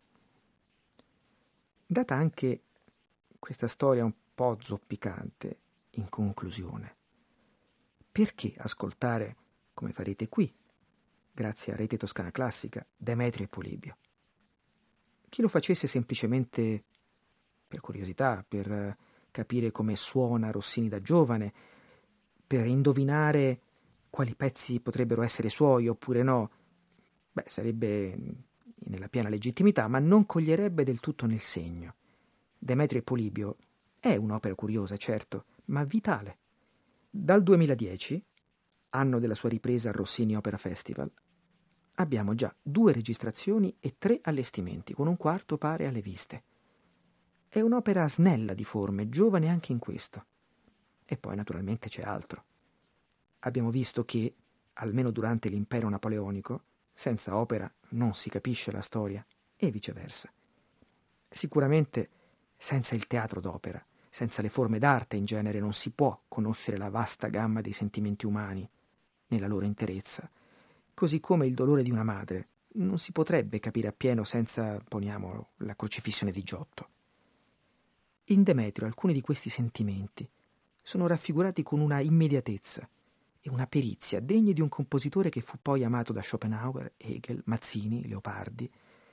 Speaker 2: Data anche questa storia un po' zoppicante, in conclusione, perché ascoltare, come farete qui, grazie a Rete Toscana Classica, Demetrio e Polibio? Chi lo facesse semplicemente per curiosità, per capire come suona Rossini da giovane, per indovinare quali pezzi potrebbero essere suoi oppure no, sarebbe nella piena legittimità, ma non coglierebbe del tutto nel segno. Demetrio e Polibio è un'opera curiosa, certo, ma vitale. Dal 2010, anno della sua ripresa al Rossini Opera Festival, abbiamo già 2 registrazioni e 3 allestimenti, con un quarto pare alle viste. È un'opera snella di forme, giovane anche in questo. E poi naturalmente c'è altro. Abbiamo visto che, almeno durante l'impero napoleonico, senza opera non si capisce la storia, e viceversa. Sicuramente senza il teatro d'opera, senza le forme d'arte in genere, non si può conoscere la vasta gamma dei sentimenti umani nella loro interezza, così come il dolore di una madre non si potrebbe capire appieno senza, poniamo, la crocifissione di Giotto. In Demetrio alcuni di questi sentimenti sono raffigurati con una immediatezza e una perizia degne di un compositore che fu poi amato da Schopenhauer, Hegel, Mazzini, Leopardi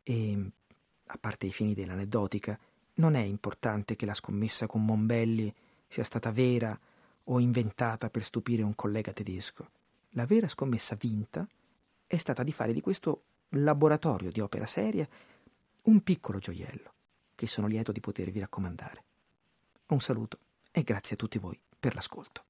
Speaker 2: E, a parte i fini dell'aneddotica, non è importante che la scommessa con Mombelli sia stata vera o inventata per stupire un collega tedesco. La vera scommessa vinta è stata di fare di questo laboratorio di opera seria un piccolo gioiello che sono lieto di potervi raccomandare. Un saluto e grazie a tutti voi per l'ascolto.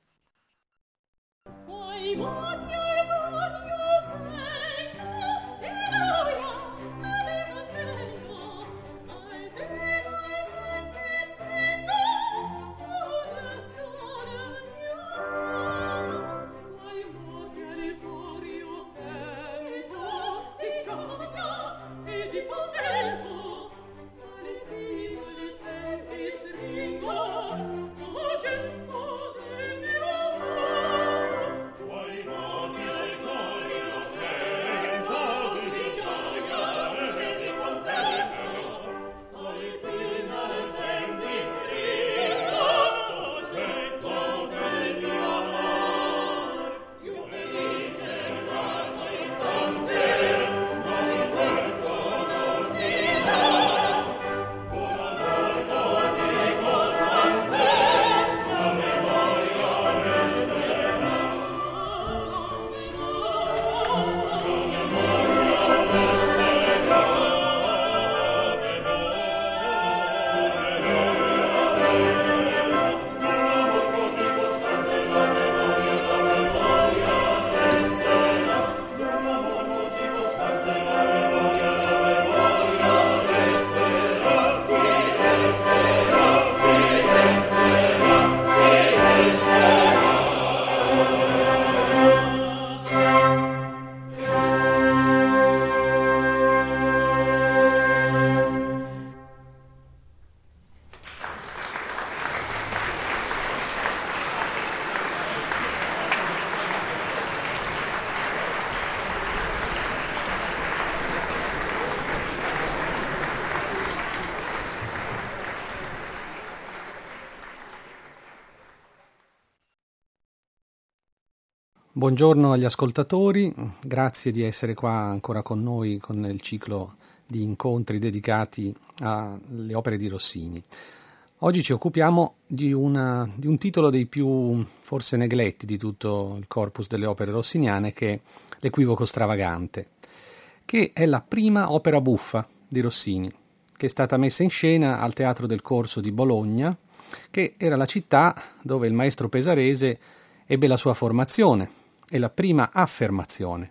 Speaker 4: Buongiorno agli ascoltatori, grazie di essere qua ancora con noi con il ciclo di incontri dedicati alle opere di Rossini. Oggi ci occupiamo di un titolo dei più forse negletti di tutto il corpus delle opere rossiniane, che è L'Equivoco Stravagante, che è la prima opera buffa di Rossini, che è stata messa in scena al Teatro del Corso di Bologna, che era la città dove il maestro pesarese ebbe la sua formazione e la prima affermazione.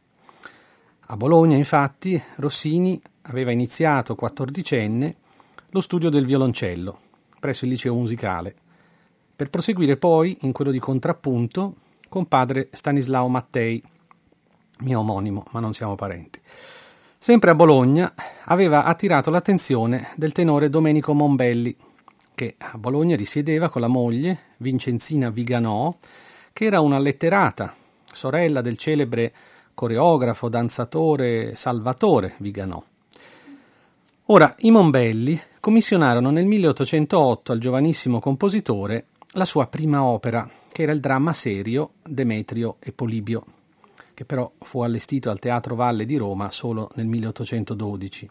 Speaker 4: A Bologna, infatti, Rossini aveva iniziato, 14enne, lo studio del violoncello presso il liceo musicale, per proseguire poi in quello di contrappunto con padre Stanislao Mattei, mio omonimo, ma non siamo parenti. Sempre a Bologna aveva attirato l'attenzione del tenore Domenico Mombelli, che a Bologna risiedeva con la moglie Vincenzina Viganò, che era una letterata, sorella del celebre coreografo, danzatore Salvatore Viganò. Ora, i Mombelli commissionarono nel 1808 al giovanissimo compositore la sua prima opera, che era il dramma serio Demetrio e Polibio, che però fu allestito al Teatro Valle di Roma solo nel 1812.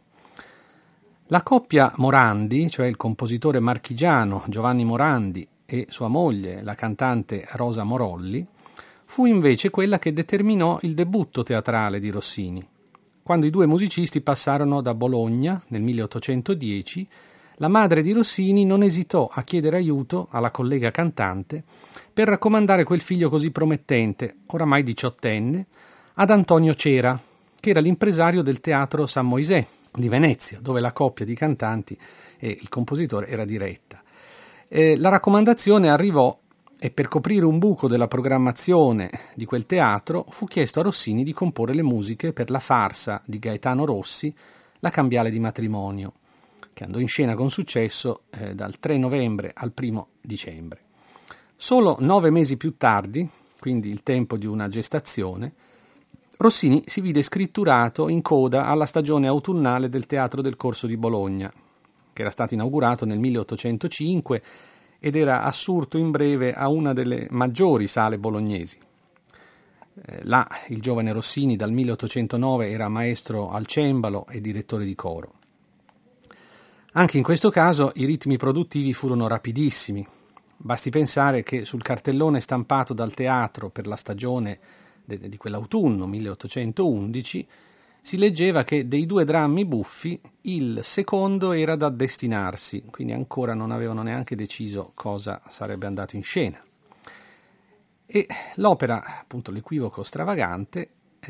Speaker 4: La coppia Morandi, cioè il compositore marchigiano Giovanni Morandi e sua moglie, la cantante Rosa Morolli, fu invece quella che determinò il debutto teatrale di Rossini. Quando i due musicisti passarono da Bologna nel 1810, la madre di Rossini non esitò a chiedere aiuto alla collega cantante per raccomandare quel figlio così promettente, oramai 18enne, ad Antonio Cera, che era l'impresario del Teatro San Moisè di Venezia, dove la coppia di cantanti e il compositore era diretta. La raccomandazione arrivò e per coprire un buco della programmazione di quel teatro fu chiesto a Rossini di comporre le musiche per la farsa di Gaetano Rossi, La cambiale di matrimonio, che andò in scena con successo dal 3 novembre al 1 dicembre. Solo 9 mesi più tardi, quindi il tempo di una gestazione, Rossini si vide scritturato in coda alla stagione autunnale del Teatro del Corso di Bologna, che era stato inaugurato nel 1805 ed era assurto in breve a una delle maggiori sale bolognesi. Là il giovane Rossini dal 1809 era maestro al cembalo e direttore di coro. Anche in questo caso i ritmi produttivi furono rapidissimi. Basti pensare che sul cartellone stampato dal teatro per la stagione di quell'autunno 1811 si leggeva che dei 2 drammi buffi il secondo era da destinarsi, quindi ancora non avevano neanche deciso cosa sarebbe andato in scena. E l'opera, appunto l'equivoco stravagante,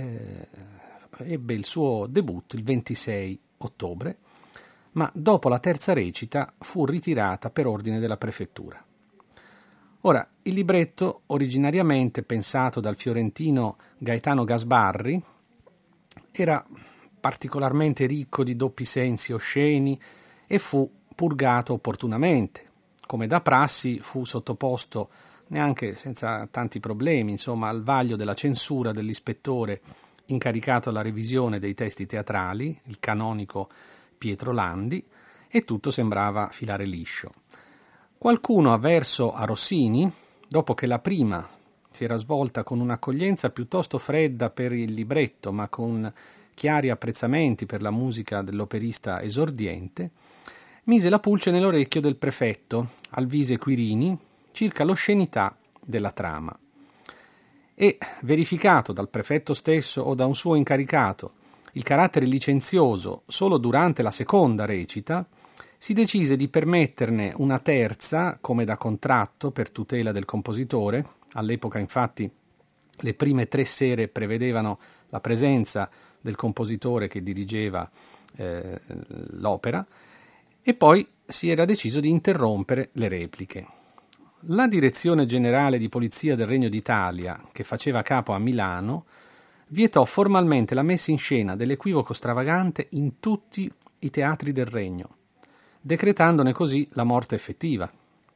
Speaker 4: ebbe il suo debutto il 26 ottobre, ma dopo la terza recita fu ritirata per ordine della prefettura. Ora, il libretto, originariamente pensato dal fiorentino Gaetano Gasbarri, era particolarmente ricco di doppi sensi osceni e fu purgato opportunamente. Come da prassi fu sottoposto, neanche senza tanti problemi, insomma, al vaglio della censura dell'ispettore incaricato alla revisione dei testi teatrali, il canonico Pietro Landi, e tutto sembrava filare liscio. Qualcuno avverso a Rossini, dopo che la prima si era svolta con un'accoglienza piuttosto fredda per il libretto, ma con chiari apprezzamenti per la musica dell'operista esordiente, mise la pulce nell'orecchio del prefetto, Alvise Quirini, circa l'oscenità della trama. E, verificato dal prefetto stesso o da un suo incaricato il carattere licenzioso solo durante la seconda recita, si decise di permetterne una terza, come da contratto, per tutela del compositore. All'epoca, infatti, le prime 3 sere prevedevano la presenza del compositore che dirigeva l'opera, e poi si era deciso di interrompere le repliche. La Direzione Generale di Polizia del Regno d'Italia, che faceva capo a Milano, vietò formalmente la messa in scena dell'equivoco stravagante in tutti i teatri del Regno, decretandone così la morte effettiva.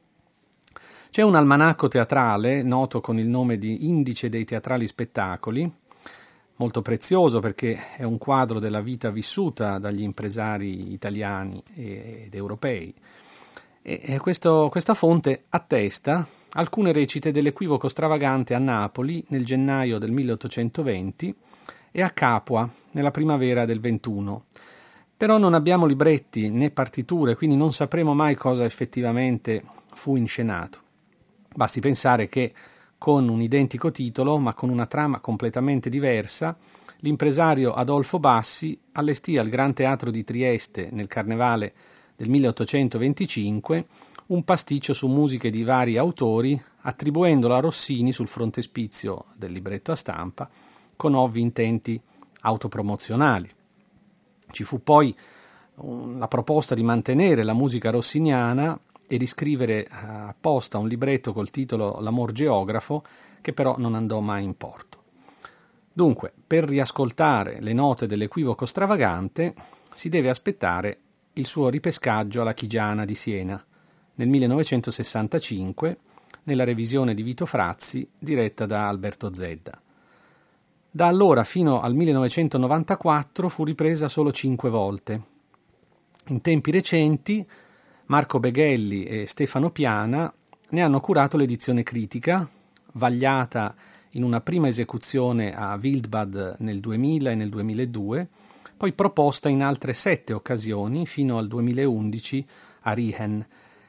Speaker 4: C'è un almanacco teatrale, noto con il nome di Indice dei teatrali spettacoli, molto prezioso perché è un quadro della vita vissuta dagli impresari italiani ed europei. E questa fonte attesta alcune recite dell'equivoco stravagante a Napoli nel gennaio del 1820 e a Capua nella primavera del 21. Però non abbiamo libretti né partiture, quindi non sapremo mai cosa effettivamente fu inscenato. Basti pensare che con un identico titolo, ma con una trama completamente diversa, l'impresario Adolfo Bassi allestì al Gran Teatro di Trieste nel Carnevale del 1825 un pasticcio su musiche di vari autori, attribuendolo a Rossini sul frontespizio del libretto a stampa, con ovvi intenti autopromozionali. Ci fu poi la proposta di mantenere la musica rossiniana e riscrivere apposta un libretto col titolo L'amor geografo, che però non andò mai in porto. Dunque, per riascoltare le note dell'equivoco stravagante si deve aspettare il suo ripescaggio alla Chigiana di Siena nel 1965, nella revisione di Vito Frazzi diretta da Alberto Zedda. Da allora fino al 1994 fu ripresa solo 5 volte. In tempi recenti Marco Beghelli e Stefano Piana ne hanno curato l'edizione critica, vagliata in una prima esecuzione a Wildbad nel 2000 e nel 2002, poi proposta in altre 7 occasioni fino al 2011 a Riehen.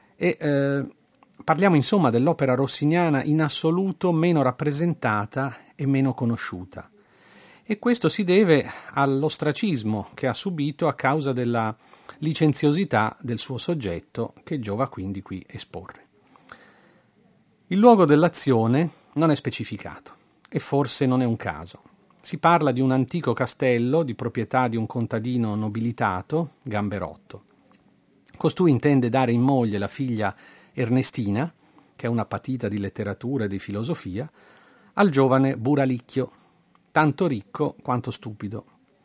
Speaker 4: Parliamo insomma dell'opera rossiniana in assoluto meno rappresentata e meno conosciuta. E questo si deve all'ostracismo che ha subito a causa della licenziosità del suo soggetto, che giova quindi qui esporre. Il luogo dell'azione non è specificato e forse non è un caso. Si parla di un antico castello di proprietà di un contadino nobilitato, Gamberotto. Costui intende dare in moglie la figlia Ernestina, che è una patita di letteratura e di filosofia, al giovane Buralicchio, tanto ricco quanto stupido.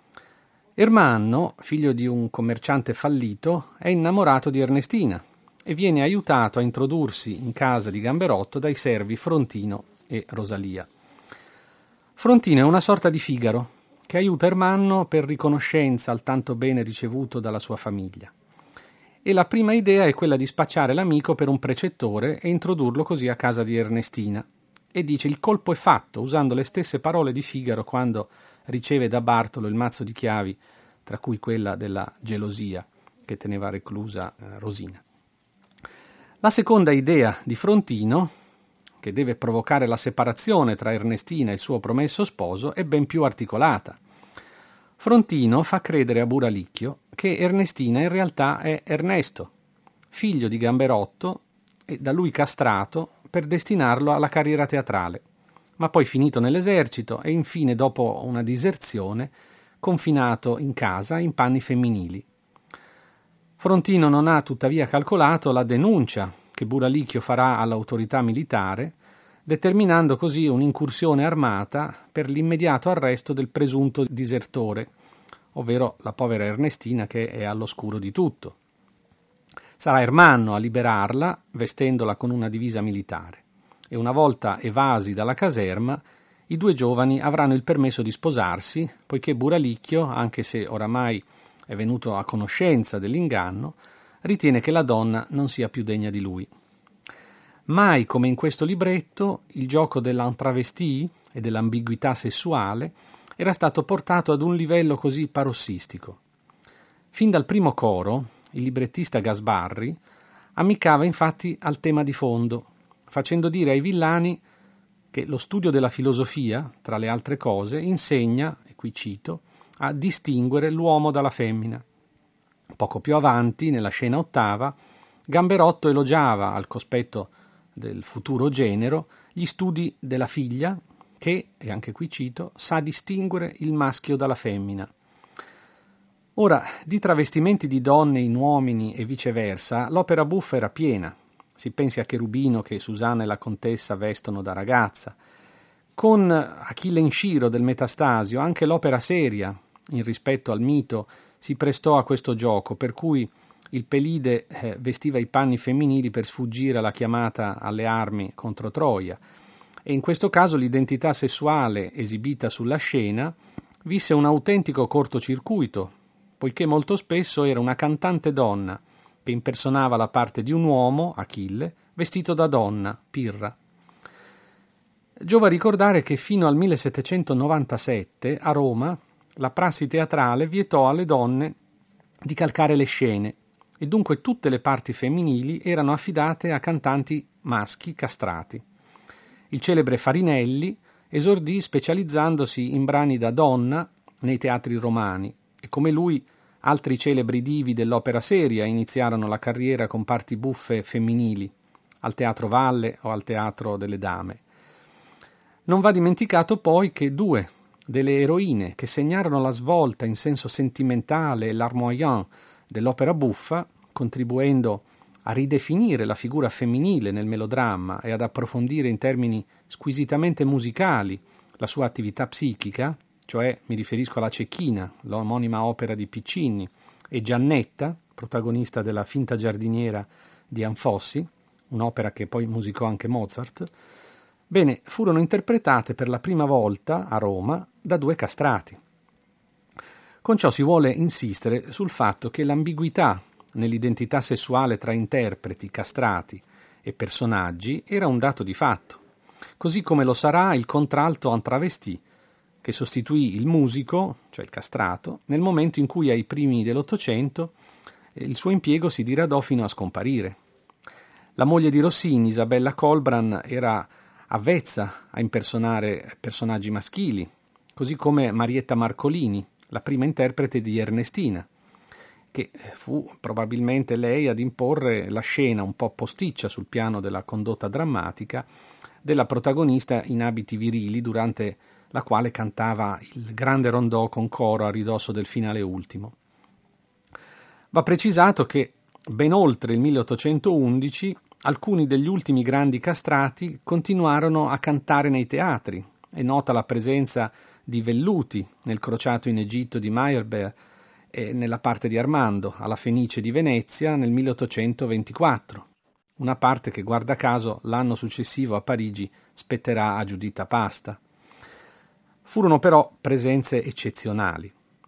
Speaker 4: Ermanno, figlio di un commerciante fallito, è innamorato di Ernestina e viene aiutato a introdursi in casa di Gamberotto dai servi Frontino e Rosalia. Frontino è una sorta di Figaro che aiuta Ermanno per riconoscenza al tanto bene ricevuto dalla sua famiglia. E la prima idea è quella di spacciare l'amico per un precettore e introdurlo così a casa di Ernestina. e dice: il colpo è fatto, usando le stesse parole di Figaro quando riceve da Bartolo il mazzo di chiavi, tra cui quella della gelosia che teneva reclusa Rosina. La seconda idea di Frontino, che deve provocare la separazione tra Ernestina e il suo promesso sposo, è ben più articolata. Frontino fa credere a Buralicchio che Ernestina in realtà è Ernesto, figlio di Gamberotto e da lui castrato per destinarlo alla carriera teatrale, ma poi finito nell'esercito e infine, dopo una diserzione, confinato in casa in panni femminili. Frontino non ha tuttavia calcolato la denuncia che Buralicchio farà all'autorità militare, determinando così un'incursione armata per l'immediato arresto del presunto disertore, ovvero la povera Ernestina che è all'oscuro di tutto. Sarà Ermanno a liberarla, vestendola con una divisa militare, e una volta evasi dalla caserma, i due giovani avranno il permesso di sposarsi, poiché Buralicchio, anche se oramai è venuto a conoscenza dell'inganno, ritiene che la donna non sia più degna di lui. Mai come in questo libretto il gioco dell'intravestie e dell'ambiguità sessuale era stato portato ad un livello così parossistico. Fin dal primo coro, il librettista Gasbarri ammiccava infatti al tema di fondo, facendo dire ai villani che lo studio della filosofia, tra le altre cose, insegna, e qui cito, a distinguere l'uomo dalla femmina. Poco più avanti, nella scena ottava, Gamberotto elogiava, al cospetto del futuro genero, gli studi della figlia che, e anche qui cito, sa distinguere il maschio dalla femmina. Ora, di travestimenti di donne in uomini e viceversa, l'opera buffa era piena. Si pensi a Cherubino che Susanna e la contessa vestono da ragazza. Con Achille in Sciro del Metastasio, anche l'opera seria, in rispetto al mito, si prestò a questo gioco, per cui il Pelide vestiva i panni femminili per sfuggire alla chiamata alle armi contro Troia, e in questo caso l'identità sessuale esibita sulla scena visse un autentico cortocircuito, poiché molto spesso era una cantante donna che impersonava la parte di un uomo, Achille, vestito da donna, Pirra. Giova ricordare che fino al 1797 a Roma la prassi teatrale vietò alle donne di calcare le scene e dunque tutte le parti femminili erano affidate a cantanti maschi castrati. Il celebre Farinelli esordì specializzandosi in brani da donna nei teatri romani e come lui altri celebri divi dell'opera seria iniziarono la carriera con parti buffe femminili al Teatro Valle o al Teatro delle Dame. Non va dimenticato poi che due delle eroine che segnarono la svolta in senso sentimentale e larmoyant dell'opera buffa, contribuendo a ridefinire la figura femminile nel melodramma e ad approfondire in termini squisitamente musicali la sua attività psichica, cioè mi riferisco alla Cecchina, l'omonima opera di Piccini, e Giannetta, protagonista della Finta giardiniera di Anfossi, un'opera che poi musicò anche Mozart, bene, furono interpretate per la prima volta a Roma da due castrati. Con ciò si vuole insistere sul fatto che l'ambiguità nell'identità sessuale tra interpreti, castrati e personaggi era un dato di fatto, così come lo sarà il contralto en travesti, che sostituì il musico, cioè il castrato, nel momento in cui ai primi dell'Ottocento il suo impiego si diradò fino a scomparire. La moglie di Rossini, Isabella Colbran, era avvezza a impersonare personaggi maschili, così come Marietta Marcolini, la prima interprete di Ernestina, che fu probabilmente lei ad imporre la scena un po' posticcia sul piano della condotta drammatica della protagonista in abiti virili, durante la quale cantava il grande rondò con coro a ridosso del finale ultimo. Va precisato che ben oltre il 1811 alcuni degli ultimi grandi castrati continuarono a cantare nei teatri. È nota la presenza di Velluti nel Crociato in Egitto di Meyerbeer e nella parte di Armando alla Fenice di Venezia nel 1824, una parte che guarda caso l'anno successivo a Parigi spetterà a Giuditta Pasta. Furono però presenze eccezionali.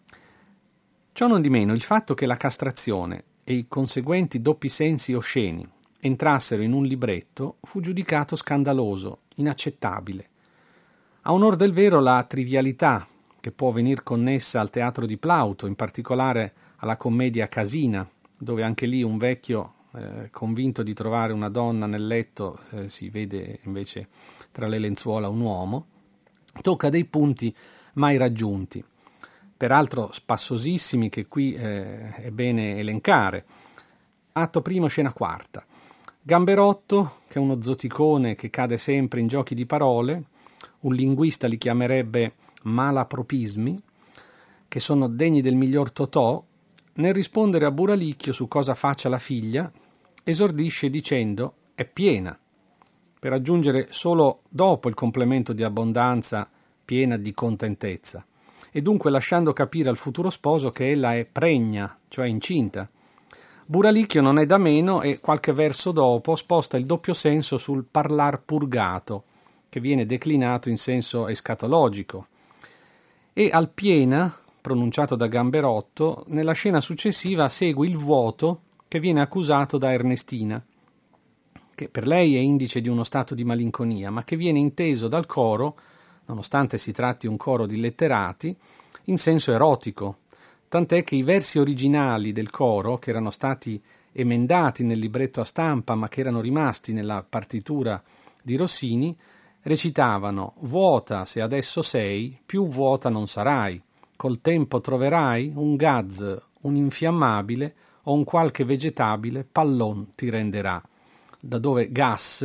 Speaker 4: Ciò non di meno, il fatto che la castrazione e i conseguenti doppi sensi osceni entrassero in un libretto fu giudicato scandaloso inaccettabile. A onor del vero la trivialità che può venir connessa al teatro di Plauto, in particolare alla commedia Casina, dove anche lì un vecchio convinto di trovare una donna nel letto si vede invece tra le lenzuola un uomo, tocca dei punti mai raggiunti, peraltro spassosissimi che qui è bene elencare. Atto primo, scena quarta. Gamberotto, che è uno zoticone che cade sempre in giochi di parole, un linguista li chiamerebbe malapropismi, che sono degni del miglior Totò, nel rispondere a Buralicchio su cosa faccia la figlia, esordisce dicendo «è piena», per aggiungere solo dopo il complemento di abbondanza piena di contentezza, e dunque lasciando capire al futuro sposo che ella è pregna, cioè incinta. Buralicchio non è da meno e qualche verso dopo sposta il doppio senso sul parlar purgato, che viene declinato in senso escatologico, e al piena, pronunciato da Gamberotto, nella scena successiva segue il vuoto che viene accusato da Ernestina, che per lei è indice di uno stato di malinconia, ma che viene inteso dal coro, nonostante si tratti un coro di letterati, in senso erotico, tant'è che i versi originali del coro, che erano stati emendati nel libretto a stampa ma che erano rimasti nella partitura di Rossini, recitavano «Vuota se adesso sei, più vuota non sarai, col tempo troverai un gaz, un infiammabile o un qualche vegetabile pallon ti renderà», da dove gas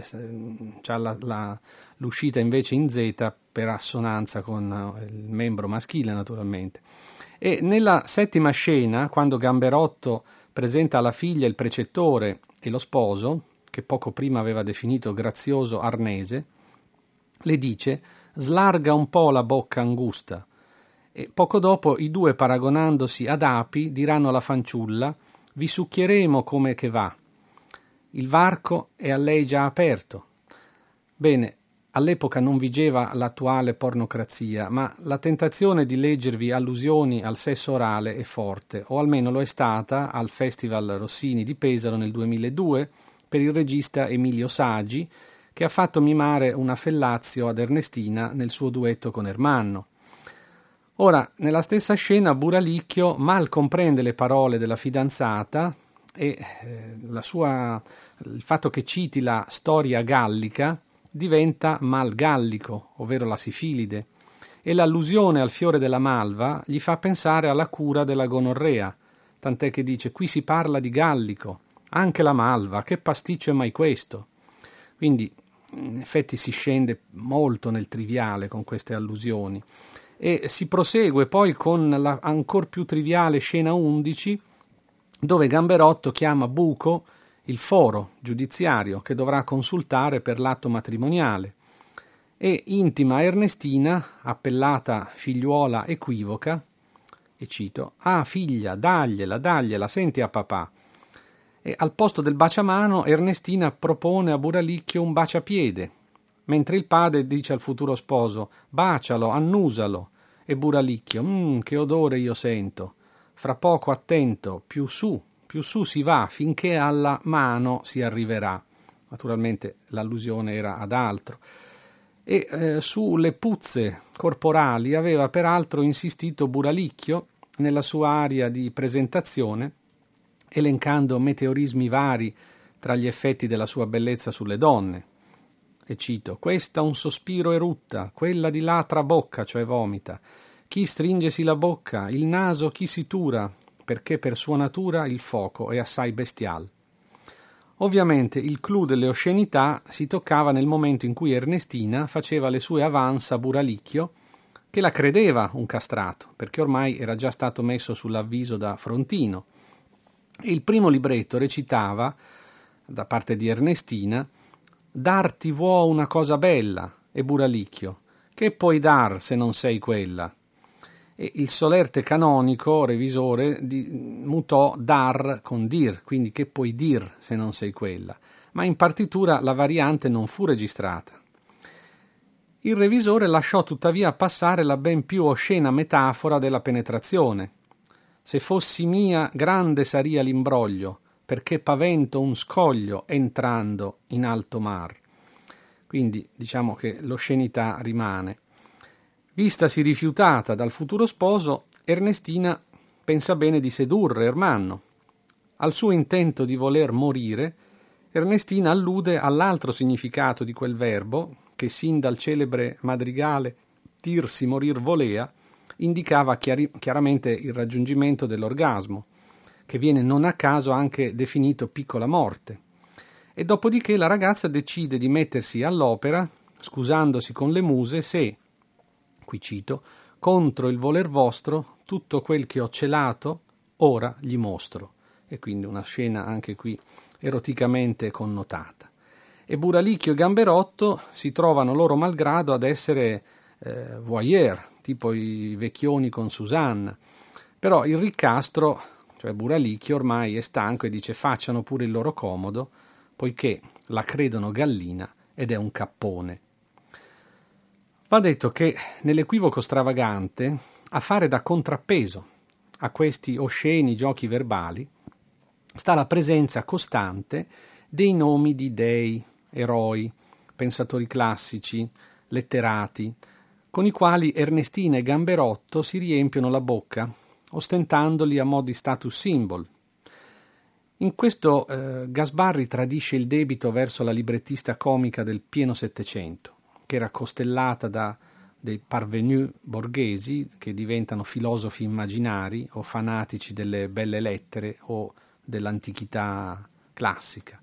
Speaker 4: c'ha l'uscita invece in Z per assonanza con il membro maschile naturalmente. E nella settima scena, quando Gamberotto presenta alla figlia il precettore e lo sposo, che poco prima aveva definito grazioso arnese, le dice «slarga un po' la bocca angusta», e poco dopo i due, paragonandosi ad api, diranno alla fanciulla «vi succhieremo come che va». Il varco è a lei già aperto. Bene, all'epoca non vigeva l'attuale pornocrazia, ma la tentazione di leggervi allusioni al sesso orale è forte, o almeno lo è stata al Festival Rossini di Pesaro nel 2002 per il regista Emilio Sagi, che ha fatto mimare una fellazio ad Ernestina nel suo duetto con Ermanno. Ora, nella stessa scena Buralicchio mal comprende le parole della fidanzata e il fatto che citi la storia gallica diventa mal gallico, ovvero la sifilide, e l'allusione al fiore della malva gli fa pensare alla cura della gonorrea, tant'è che dice «qui si parla di gallico, anche la malva, che pasticcio è mai questo?» Quindi in effetti si scende molto nel triviale con queste allusioni e si prosegue poi con la ancor più triviale scena 11, dove Gamberotto chiama buco il foro giudiziario che dovrà consultare per l'atto matrimoniale e intima a Ernestina, appellata figliuola equivoca, e cito «Ah figlia, dagliela, senti a papà». E al posto del baciamano Ernestina propone a Buralicchio un baciapiede, mentre il padre dice al futuro sposo «bacialo, annusalo», e Buralicchio «che odore io sento, fra poco attento, più su si va finché alla mano si arriverà». Naturalmente l'allusione era ad altro. E sulle puzze corporali aveva peraltro insistito Buralicchio nella sua aria di presentazione, elencando meteorismi vari tra gli effetti della sua bellezza sulle donne. E cito: «Questa un sospiro erutta, quella di là trabocca, cioè vomita. Chi stringesi la bocca, il naso chi si tura, perché per sua natura il foco è assai bestial». Ovviamente il clou delle oscenità si toccava nel momento in cui Ernestina faceva le sue avance a Buralicchio, che la credeva un castrato, perché ormai era già stato messo sull'avviso da Frontino. E il primo libretto recitava, da parte di Ernestina, «Darti vuò una cosa bella», e Buralicchio, «che puoi dar se non sei quella?» E il solerte canonico, revisore, mutò dar con dir, quindi «che puoi dir se non sei quella?», ma in partitura la variante non fu registrata. Il revisore lasciò tuttavia passare la ben più oscena metafora della penetrazione. «Se fossi mia, grande saria l'imbroglio, perché pavento un scoglio entrando in alto mar». quindi diciamo che l'oscenità rimane. Vistasi rifiutata dal futuro sposo, Ernestina pensa bene di sedurre Ermanno. Al suo intento di voler morire, Ernestina allude all'altro significato di quel verbo che sin dal celebre madrigale Tirsi morir volea indicava chiaramente il raggiungimento dell'orgasmo, che viene non a caso anche definito piccola morte. E dopodiché la ragazza decide di mettersi all'opera, scusandosi con le muse se, qui cito, contro il voler vostro tutto quel che ho celato ora gli mostro. E quindi una scena anche qui eroticamente connotata. E Buralicchio e Gamberotto si trovano loro malgrado ad essere voyeur, tipo i vecchioni con Susanna. Però il ricastro, cioè Buralicchio, ormai è stanco e dice facciano pure il loro comodo, poiché la credono gallina ed è un cappone. Va detto che nell'equivoco stravagante, a fare da contrappeso a questi osceni giochi verbali, sta la presenza costante dei nomi di dei, eroi, pensatori classici, letterati, con i quali Ernestina e Gamberotto si riempiono la bocca, ostentandoli a mo' di status symbol. In questo Gasbarri tradisce il debito verso la librettista comica del pieno Settecento, che era costellata da dei parvenus borghesi che diventano filosofi immaginari o fanatici delle belle lettere o dell'antichità classica.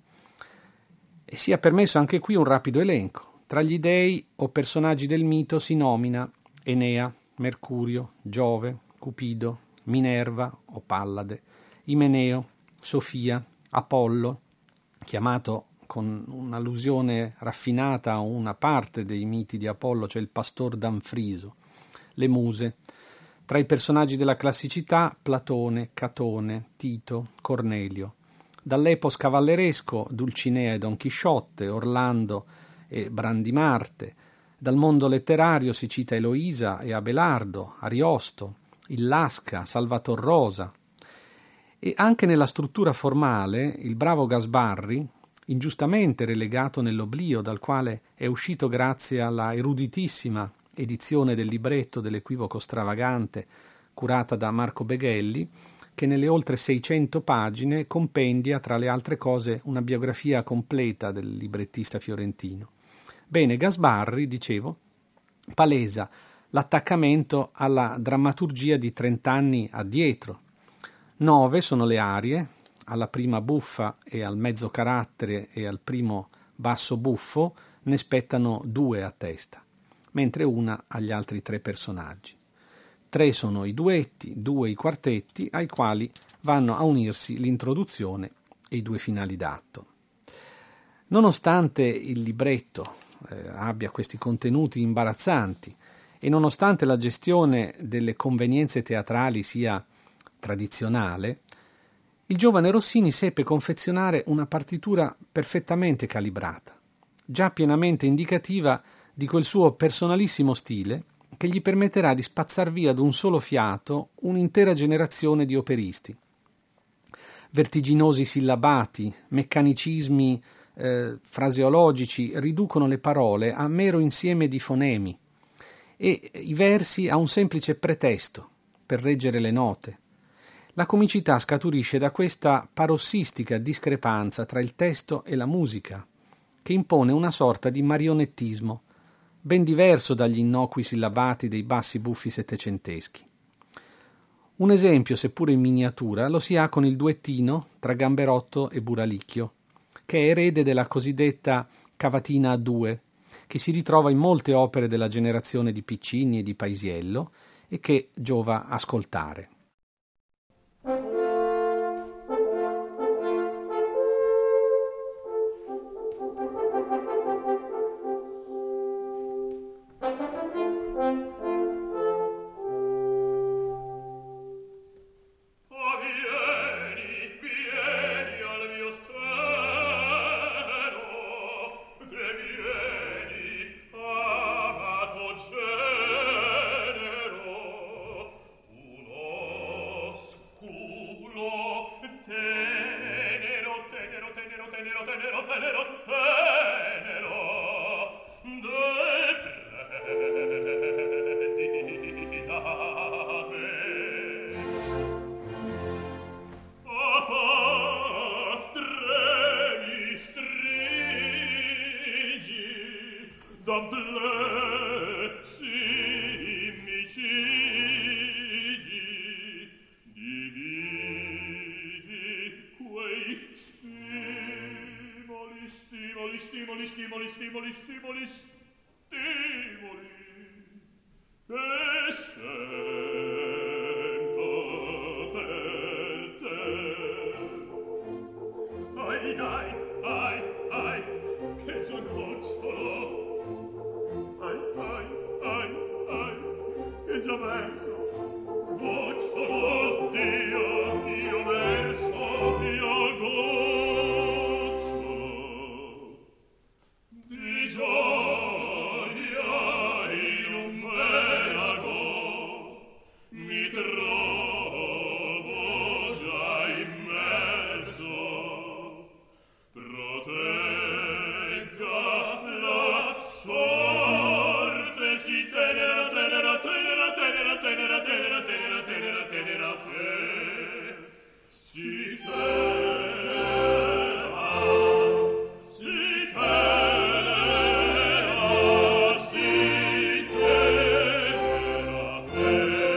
Speaker 4: E sia permesso anche qui un rapido elenco. Tra gli dei o personaggi del mito si nomina Enea, Mercurio, Giove, Cupido, Minerva o Pallade, Imeneo, Sofia, Apollo, chiamato con un'allusione raffinata a una parte dei miti di Apollo, cioè il pastor Danfriso, le muse. Tra i personaggi della classicità, Platone, Catone, Tito, Cornelio. Dall'epos cavalleresco, Dulcinea e Don Chisciotte, Orlando e Brandimarte. Dal mondo letterario si cita Eloisa e Abelardo, Ariosto, il Lasca, Salvator Rosa. E anche nella struttura formale, il bravo Gasbarri, ingiustamente relegato nell'oblio dal quale è uscito grazie alla eruditissima edizione del libretto dell'equivoco stravagante curata da Marco Beghelli, che nelle oltre 600 pagine compendia tra le altre cose una biografia completa del librettista fiorentino. Bene, Gasbarri, dicevo, palesa l'attaccamento alla drammaturgia di 30 anni addietro. 9 sono le arie, alla prima buffa e al mezzo carattere e al primo basso buffo ne spettano 2 a testa, mentre una agli altri 3 personaggi. 3 sono i duetti, 2 i quartetti, ai quali vanno a unirsi l'introduzione e i 2 finali d'atto. Nonostante il libretto abbia questi contenuti imbarazzanti e nonostante la gestione delle convenienze teatrali sia tradizionale, il giovane Rossini seppe confezionare una partitura perfettamente calibrata, già pienamente indicativa di quel suo personalissimo stile che gli permetterà di spazzar via d'un solo fiato un'intera generazione di operisti. Vertiginosi sillabati, meccanicismi fraseologici riducono le parole a mero insieme di fonemi e i versi a un semplice pretesto per reggere le note. La comicità scaturisce da questa parossistica discrepanza tra il testo e la musica, che impone una sorta di marionettismo, ben diverso dagli innocui sillabati dei bassi buffi settecenteschi. Un esempio, seppure in miniatura, lo si ha con il duettino tra Gamberotto e Buralicchio, che è erede della cosiddetta cavatina a 2, che si ritrova in molte opere della generazione di Piccini e di Paisiello e che giova ascoltare.
Speaker 3: Genero, uno stimoli, stimoli, stimoli, stimoli, stimoli. E sento per te. Ai, ai, ai, ai, che già gocciolo. Ai, ai, ai, ai, che già verso. Gocciolo, io verso, io gocciolo. Di gioia in un pelago mi trovo già immerso. Protegga la sorte, si tenera, tenera, tenera, tenera, tenera, tenera, tenera, tenera, tenera, fe, si tenera, si tenera, si tenera, fe.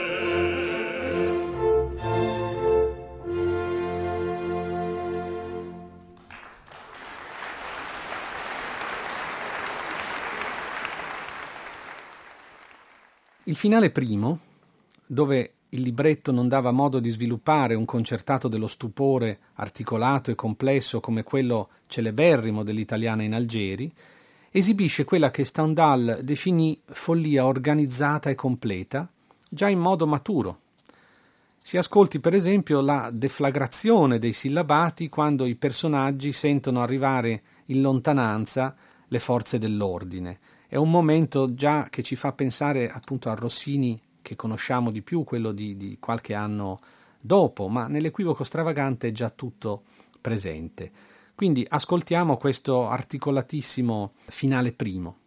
Speaker 4: Il finale primo, dove il libretto non dava modo di sviluppare un concertato dello stupore articolato e complesso come quello celeberrimo dell'Italiana in Algeri, esibisce quella che Stendhal definì follia organizzata e completa, già in modo maturo. Si ascolti per esempio la deflagrazione dei sillabati quando i personaggi sentono arrivare in lontananza le forze dell'ordine. È un momento già che ci fa pensare appunto a Rossini, che conosciamo di più, quello di qualche anno dopo, ma nell'equivoco stravagante è già tutto presente. Quindi ascoltiamo questo articolatissimo finale primo.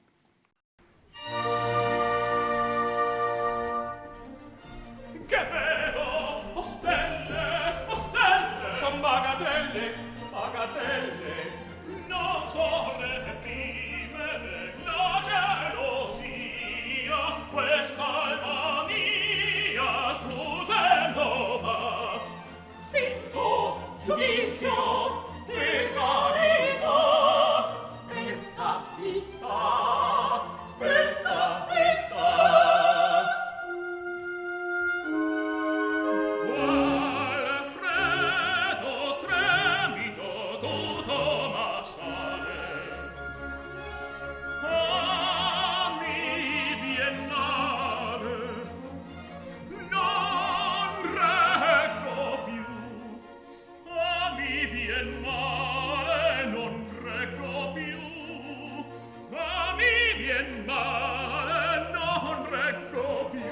Speaker 3: Che vedo, o stelle, son bagatelle, bagatelle, non so reprimere la gelosia, questa alma mia struggendo va. Zitto, giudizio, per carità, per carità, per carità. Qual freddo tremito tutto m'assale, mi vien male, non reggo più. Mi vien male, non reggo più. Mi vien male, non reggo più.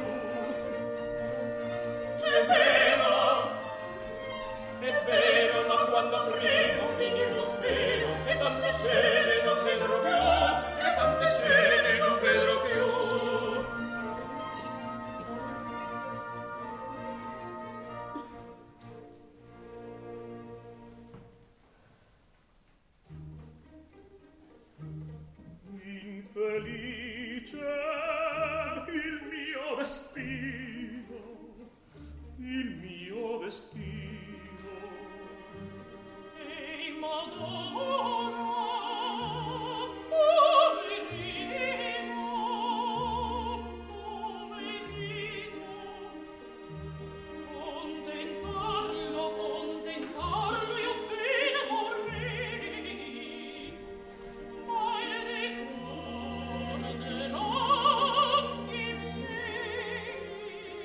Speaker 3: È vero, ma quando prima finir lo spero, e tante scene non vedrò più, e tante scene non vedrò più. Infelice il mio destino, il mio destino. E in Madonna, poverino, poverino, contentarlo io bene vorrei, ma le ricorderò i miei.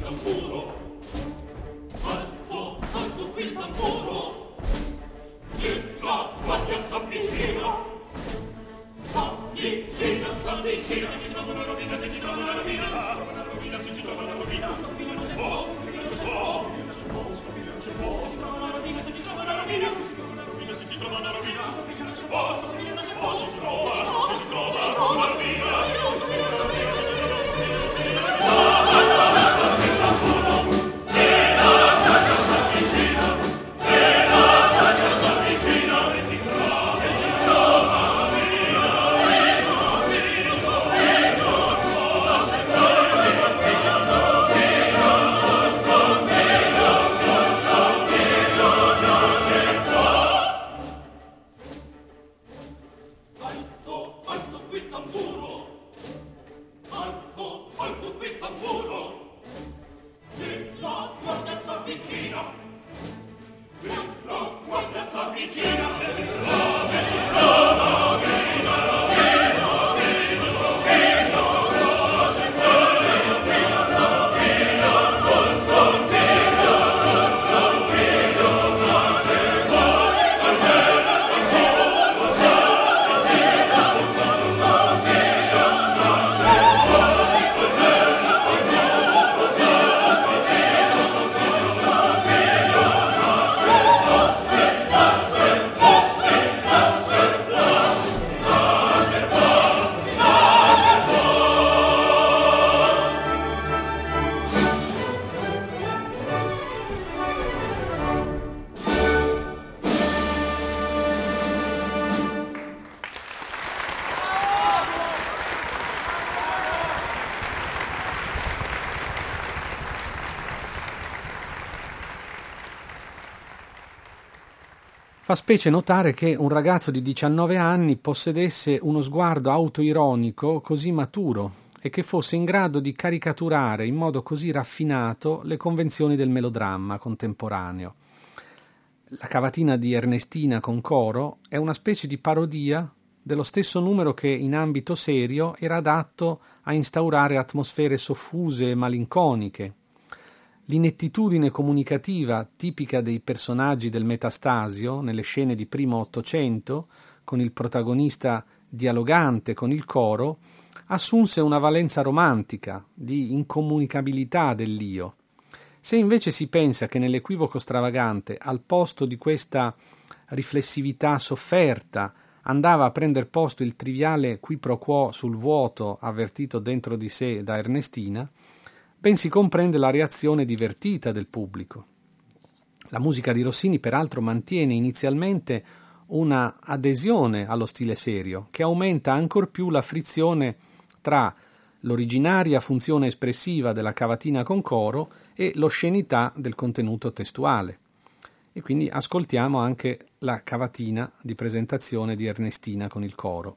Speaker 3: tamburo. Alto, alto qui il tamburo. E la guardia s'avvicina. S'avvicina, s'avvicina. Se ci trova una rovina, se ci trova una rovina. Se ci trova una rovina, se ci trova una rovina. Se ci trova una rovina, se ci trova una rovina. Se ci trova una rovina, se ci trova una rovina. Se ci trova una rovina, se ci trova una rovina. Se ci trova una rovina, se ci trova una
Speaker 4: Fa specie notare che un ragazzo di 19 anni possedesse uno sguardo autoironico così maturo e che fosse in grado di caricaturare in modo così raffinato le convenzioni del melodramma contemporaneo. La cavatina di Ernestina con coro è una specie di parodia dello stesso numero che in ambito serio era adatto a instaurare atmosfere soffuse e malinconiche. L'inettitudine comunicativa tipica dei personaggi del Metastasio nelle scene di primo Ottocento, con il protagonista dialogante con il coro, assunse una valenza romantica, di incomunicabilità dell'io. Se invece si pensa che nell'equivoco stravagante, al posto di questa riflessività sofferta, andava a prender posto il triviale qui pro quo sul vuoto avvertito dentro di sé da Ernestina, ben si comprende la reazione divertita del pubblico. La musica di Rossini peraltro mantiene inizialmente una adesione allo stile serio, che aumenta ancor più la frizione tra l'originaria funzione espressiva della cavatina con coro e l'oscenità del contenuto testuale. E quindi ascoltiamo anche la cavatina di presentazione di Ernestina con il coro.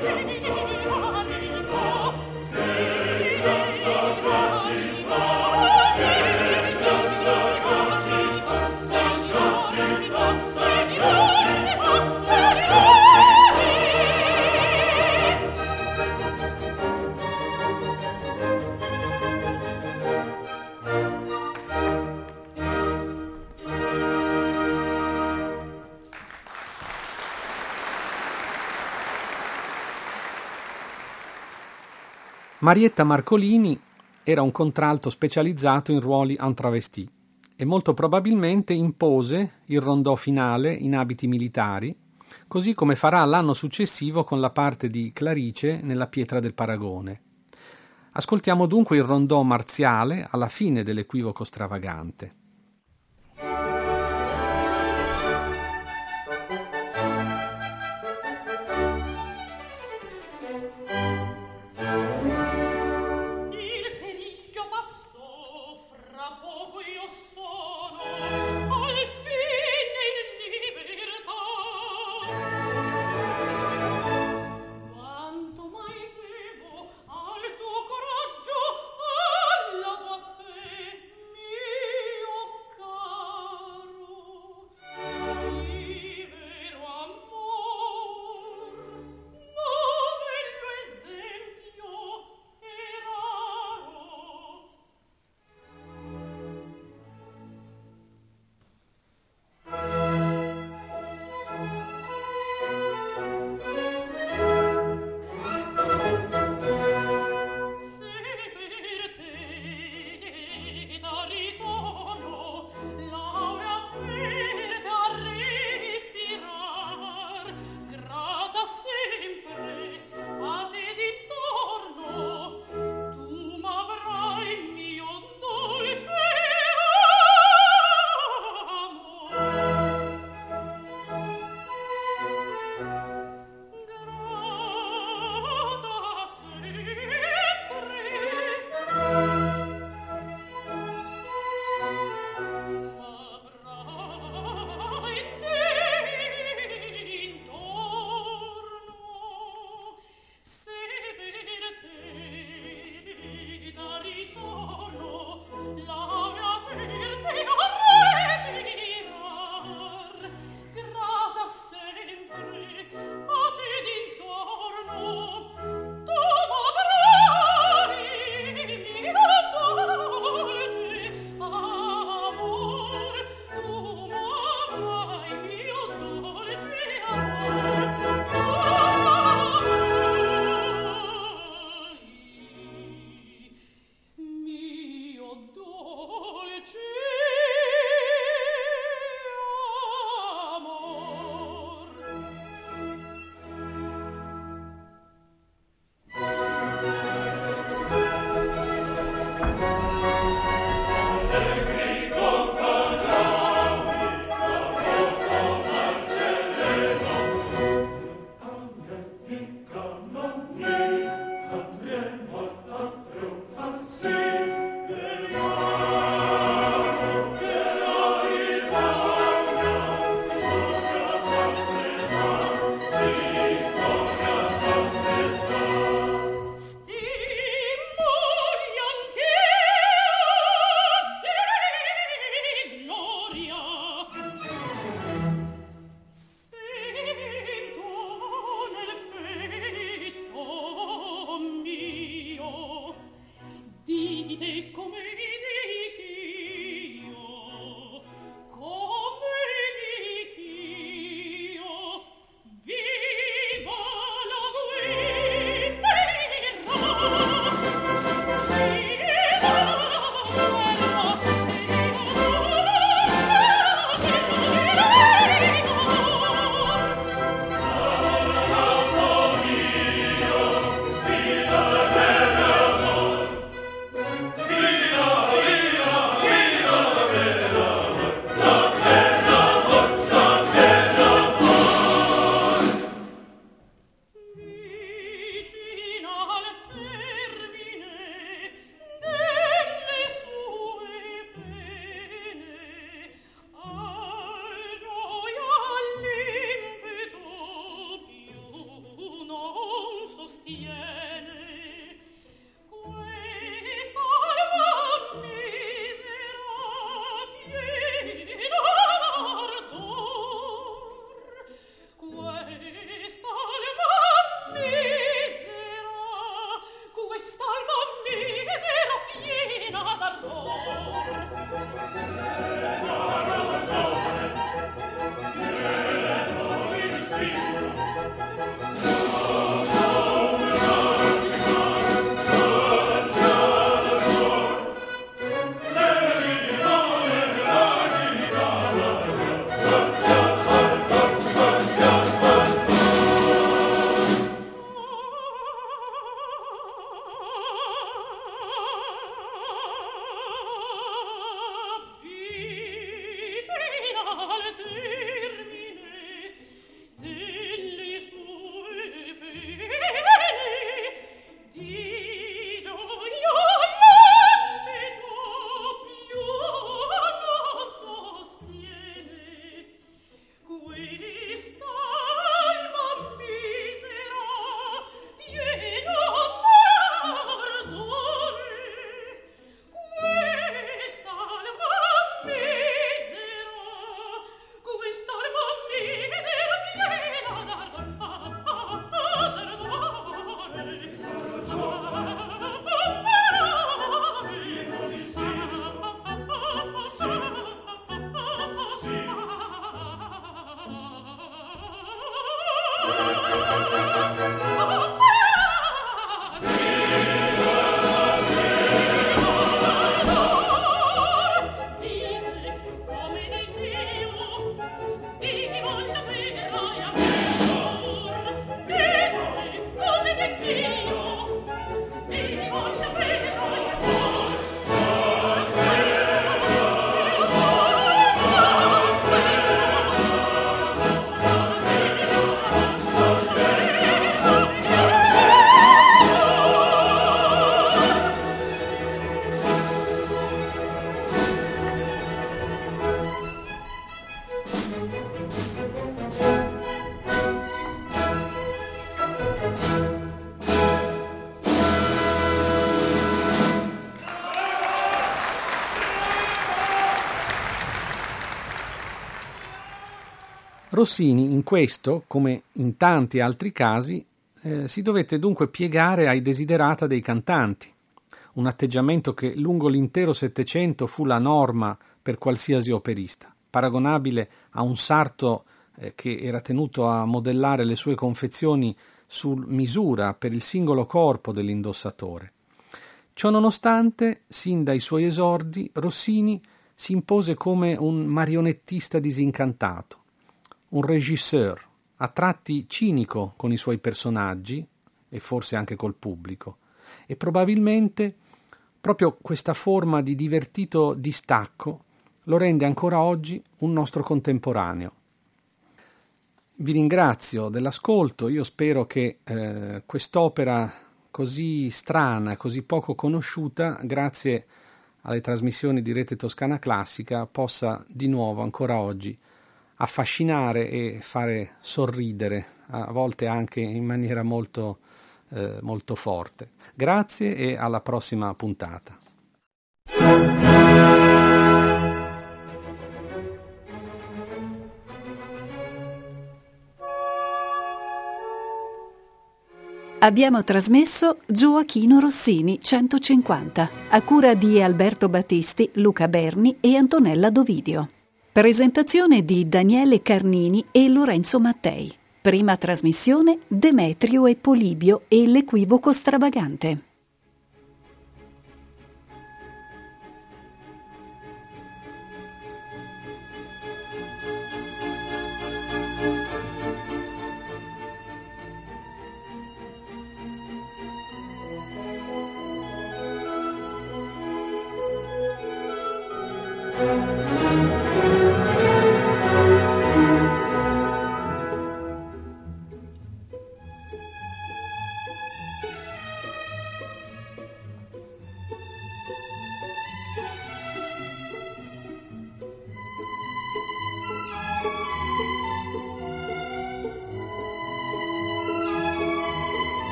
Speaker 4: Marietta Marcolini era un contralto specializzato in ruoli en travesti e molto probabilmente impose il rondò finale in abiti militari, così come farà l'anno successivo con la parte di Clarice nella Pietra del Paragone. Ascoltiamo dunque il rondò marziale alla fine dell'Equivoco stravagante.
Speaker 3: Alla tua fe, mio
Speaker 4: Rossini in questo, come in tanti altri casi, si dovette dunque piegare ai desiderata dei cantanti, un atteggiamento che lungo l'intero Settecento fu la norma per qualsiasi operista, paragonabile a un sarto che era tenuto a modellare le sue confezioni su misura per il singolo corpo dell'indossatore. Ciò nonostante, sin dai suoi esordi, Rossini si impose come un marionettista disincantato, un régisseur, a tratti cinico con i suoi personaggi e forse anche col pubblico, e probabilmente proprio questa forma di divertito distacco lo rende ancora oggi un nostro contemporaneo. Vi ringrazio dell'ascolto, io spero che quest'opera così strana, così poco conosciuta, grazie alle trasmissioni di Rete Toscana Classica, possa di nuovo ancora oggi affascinare e fare sorridere, a volte anche in maniera molto forte. Grazie e alla prossima puntata.
Speaker 1: Abbiamo trasmesso Gioachino Rossini 150, a cura di Alberto Battisti, Luca Berni e Antonella Dovidio. Presentazione di Daniele Carnini e Lorenzo Mattei. Prima trasmissione Demetrio e Polibio e l'equivoco stravagante.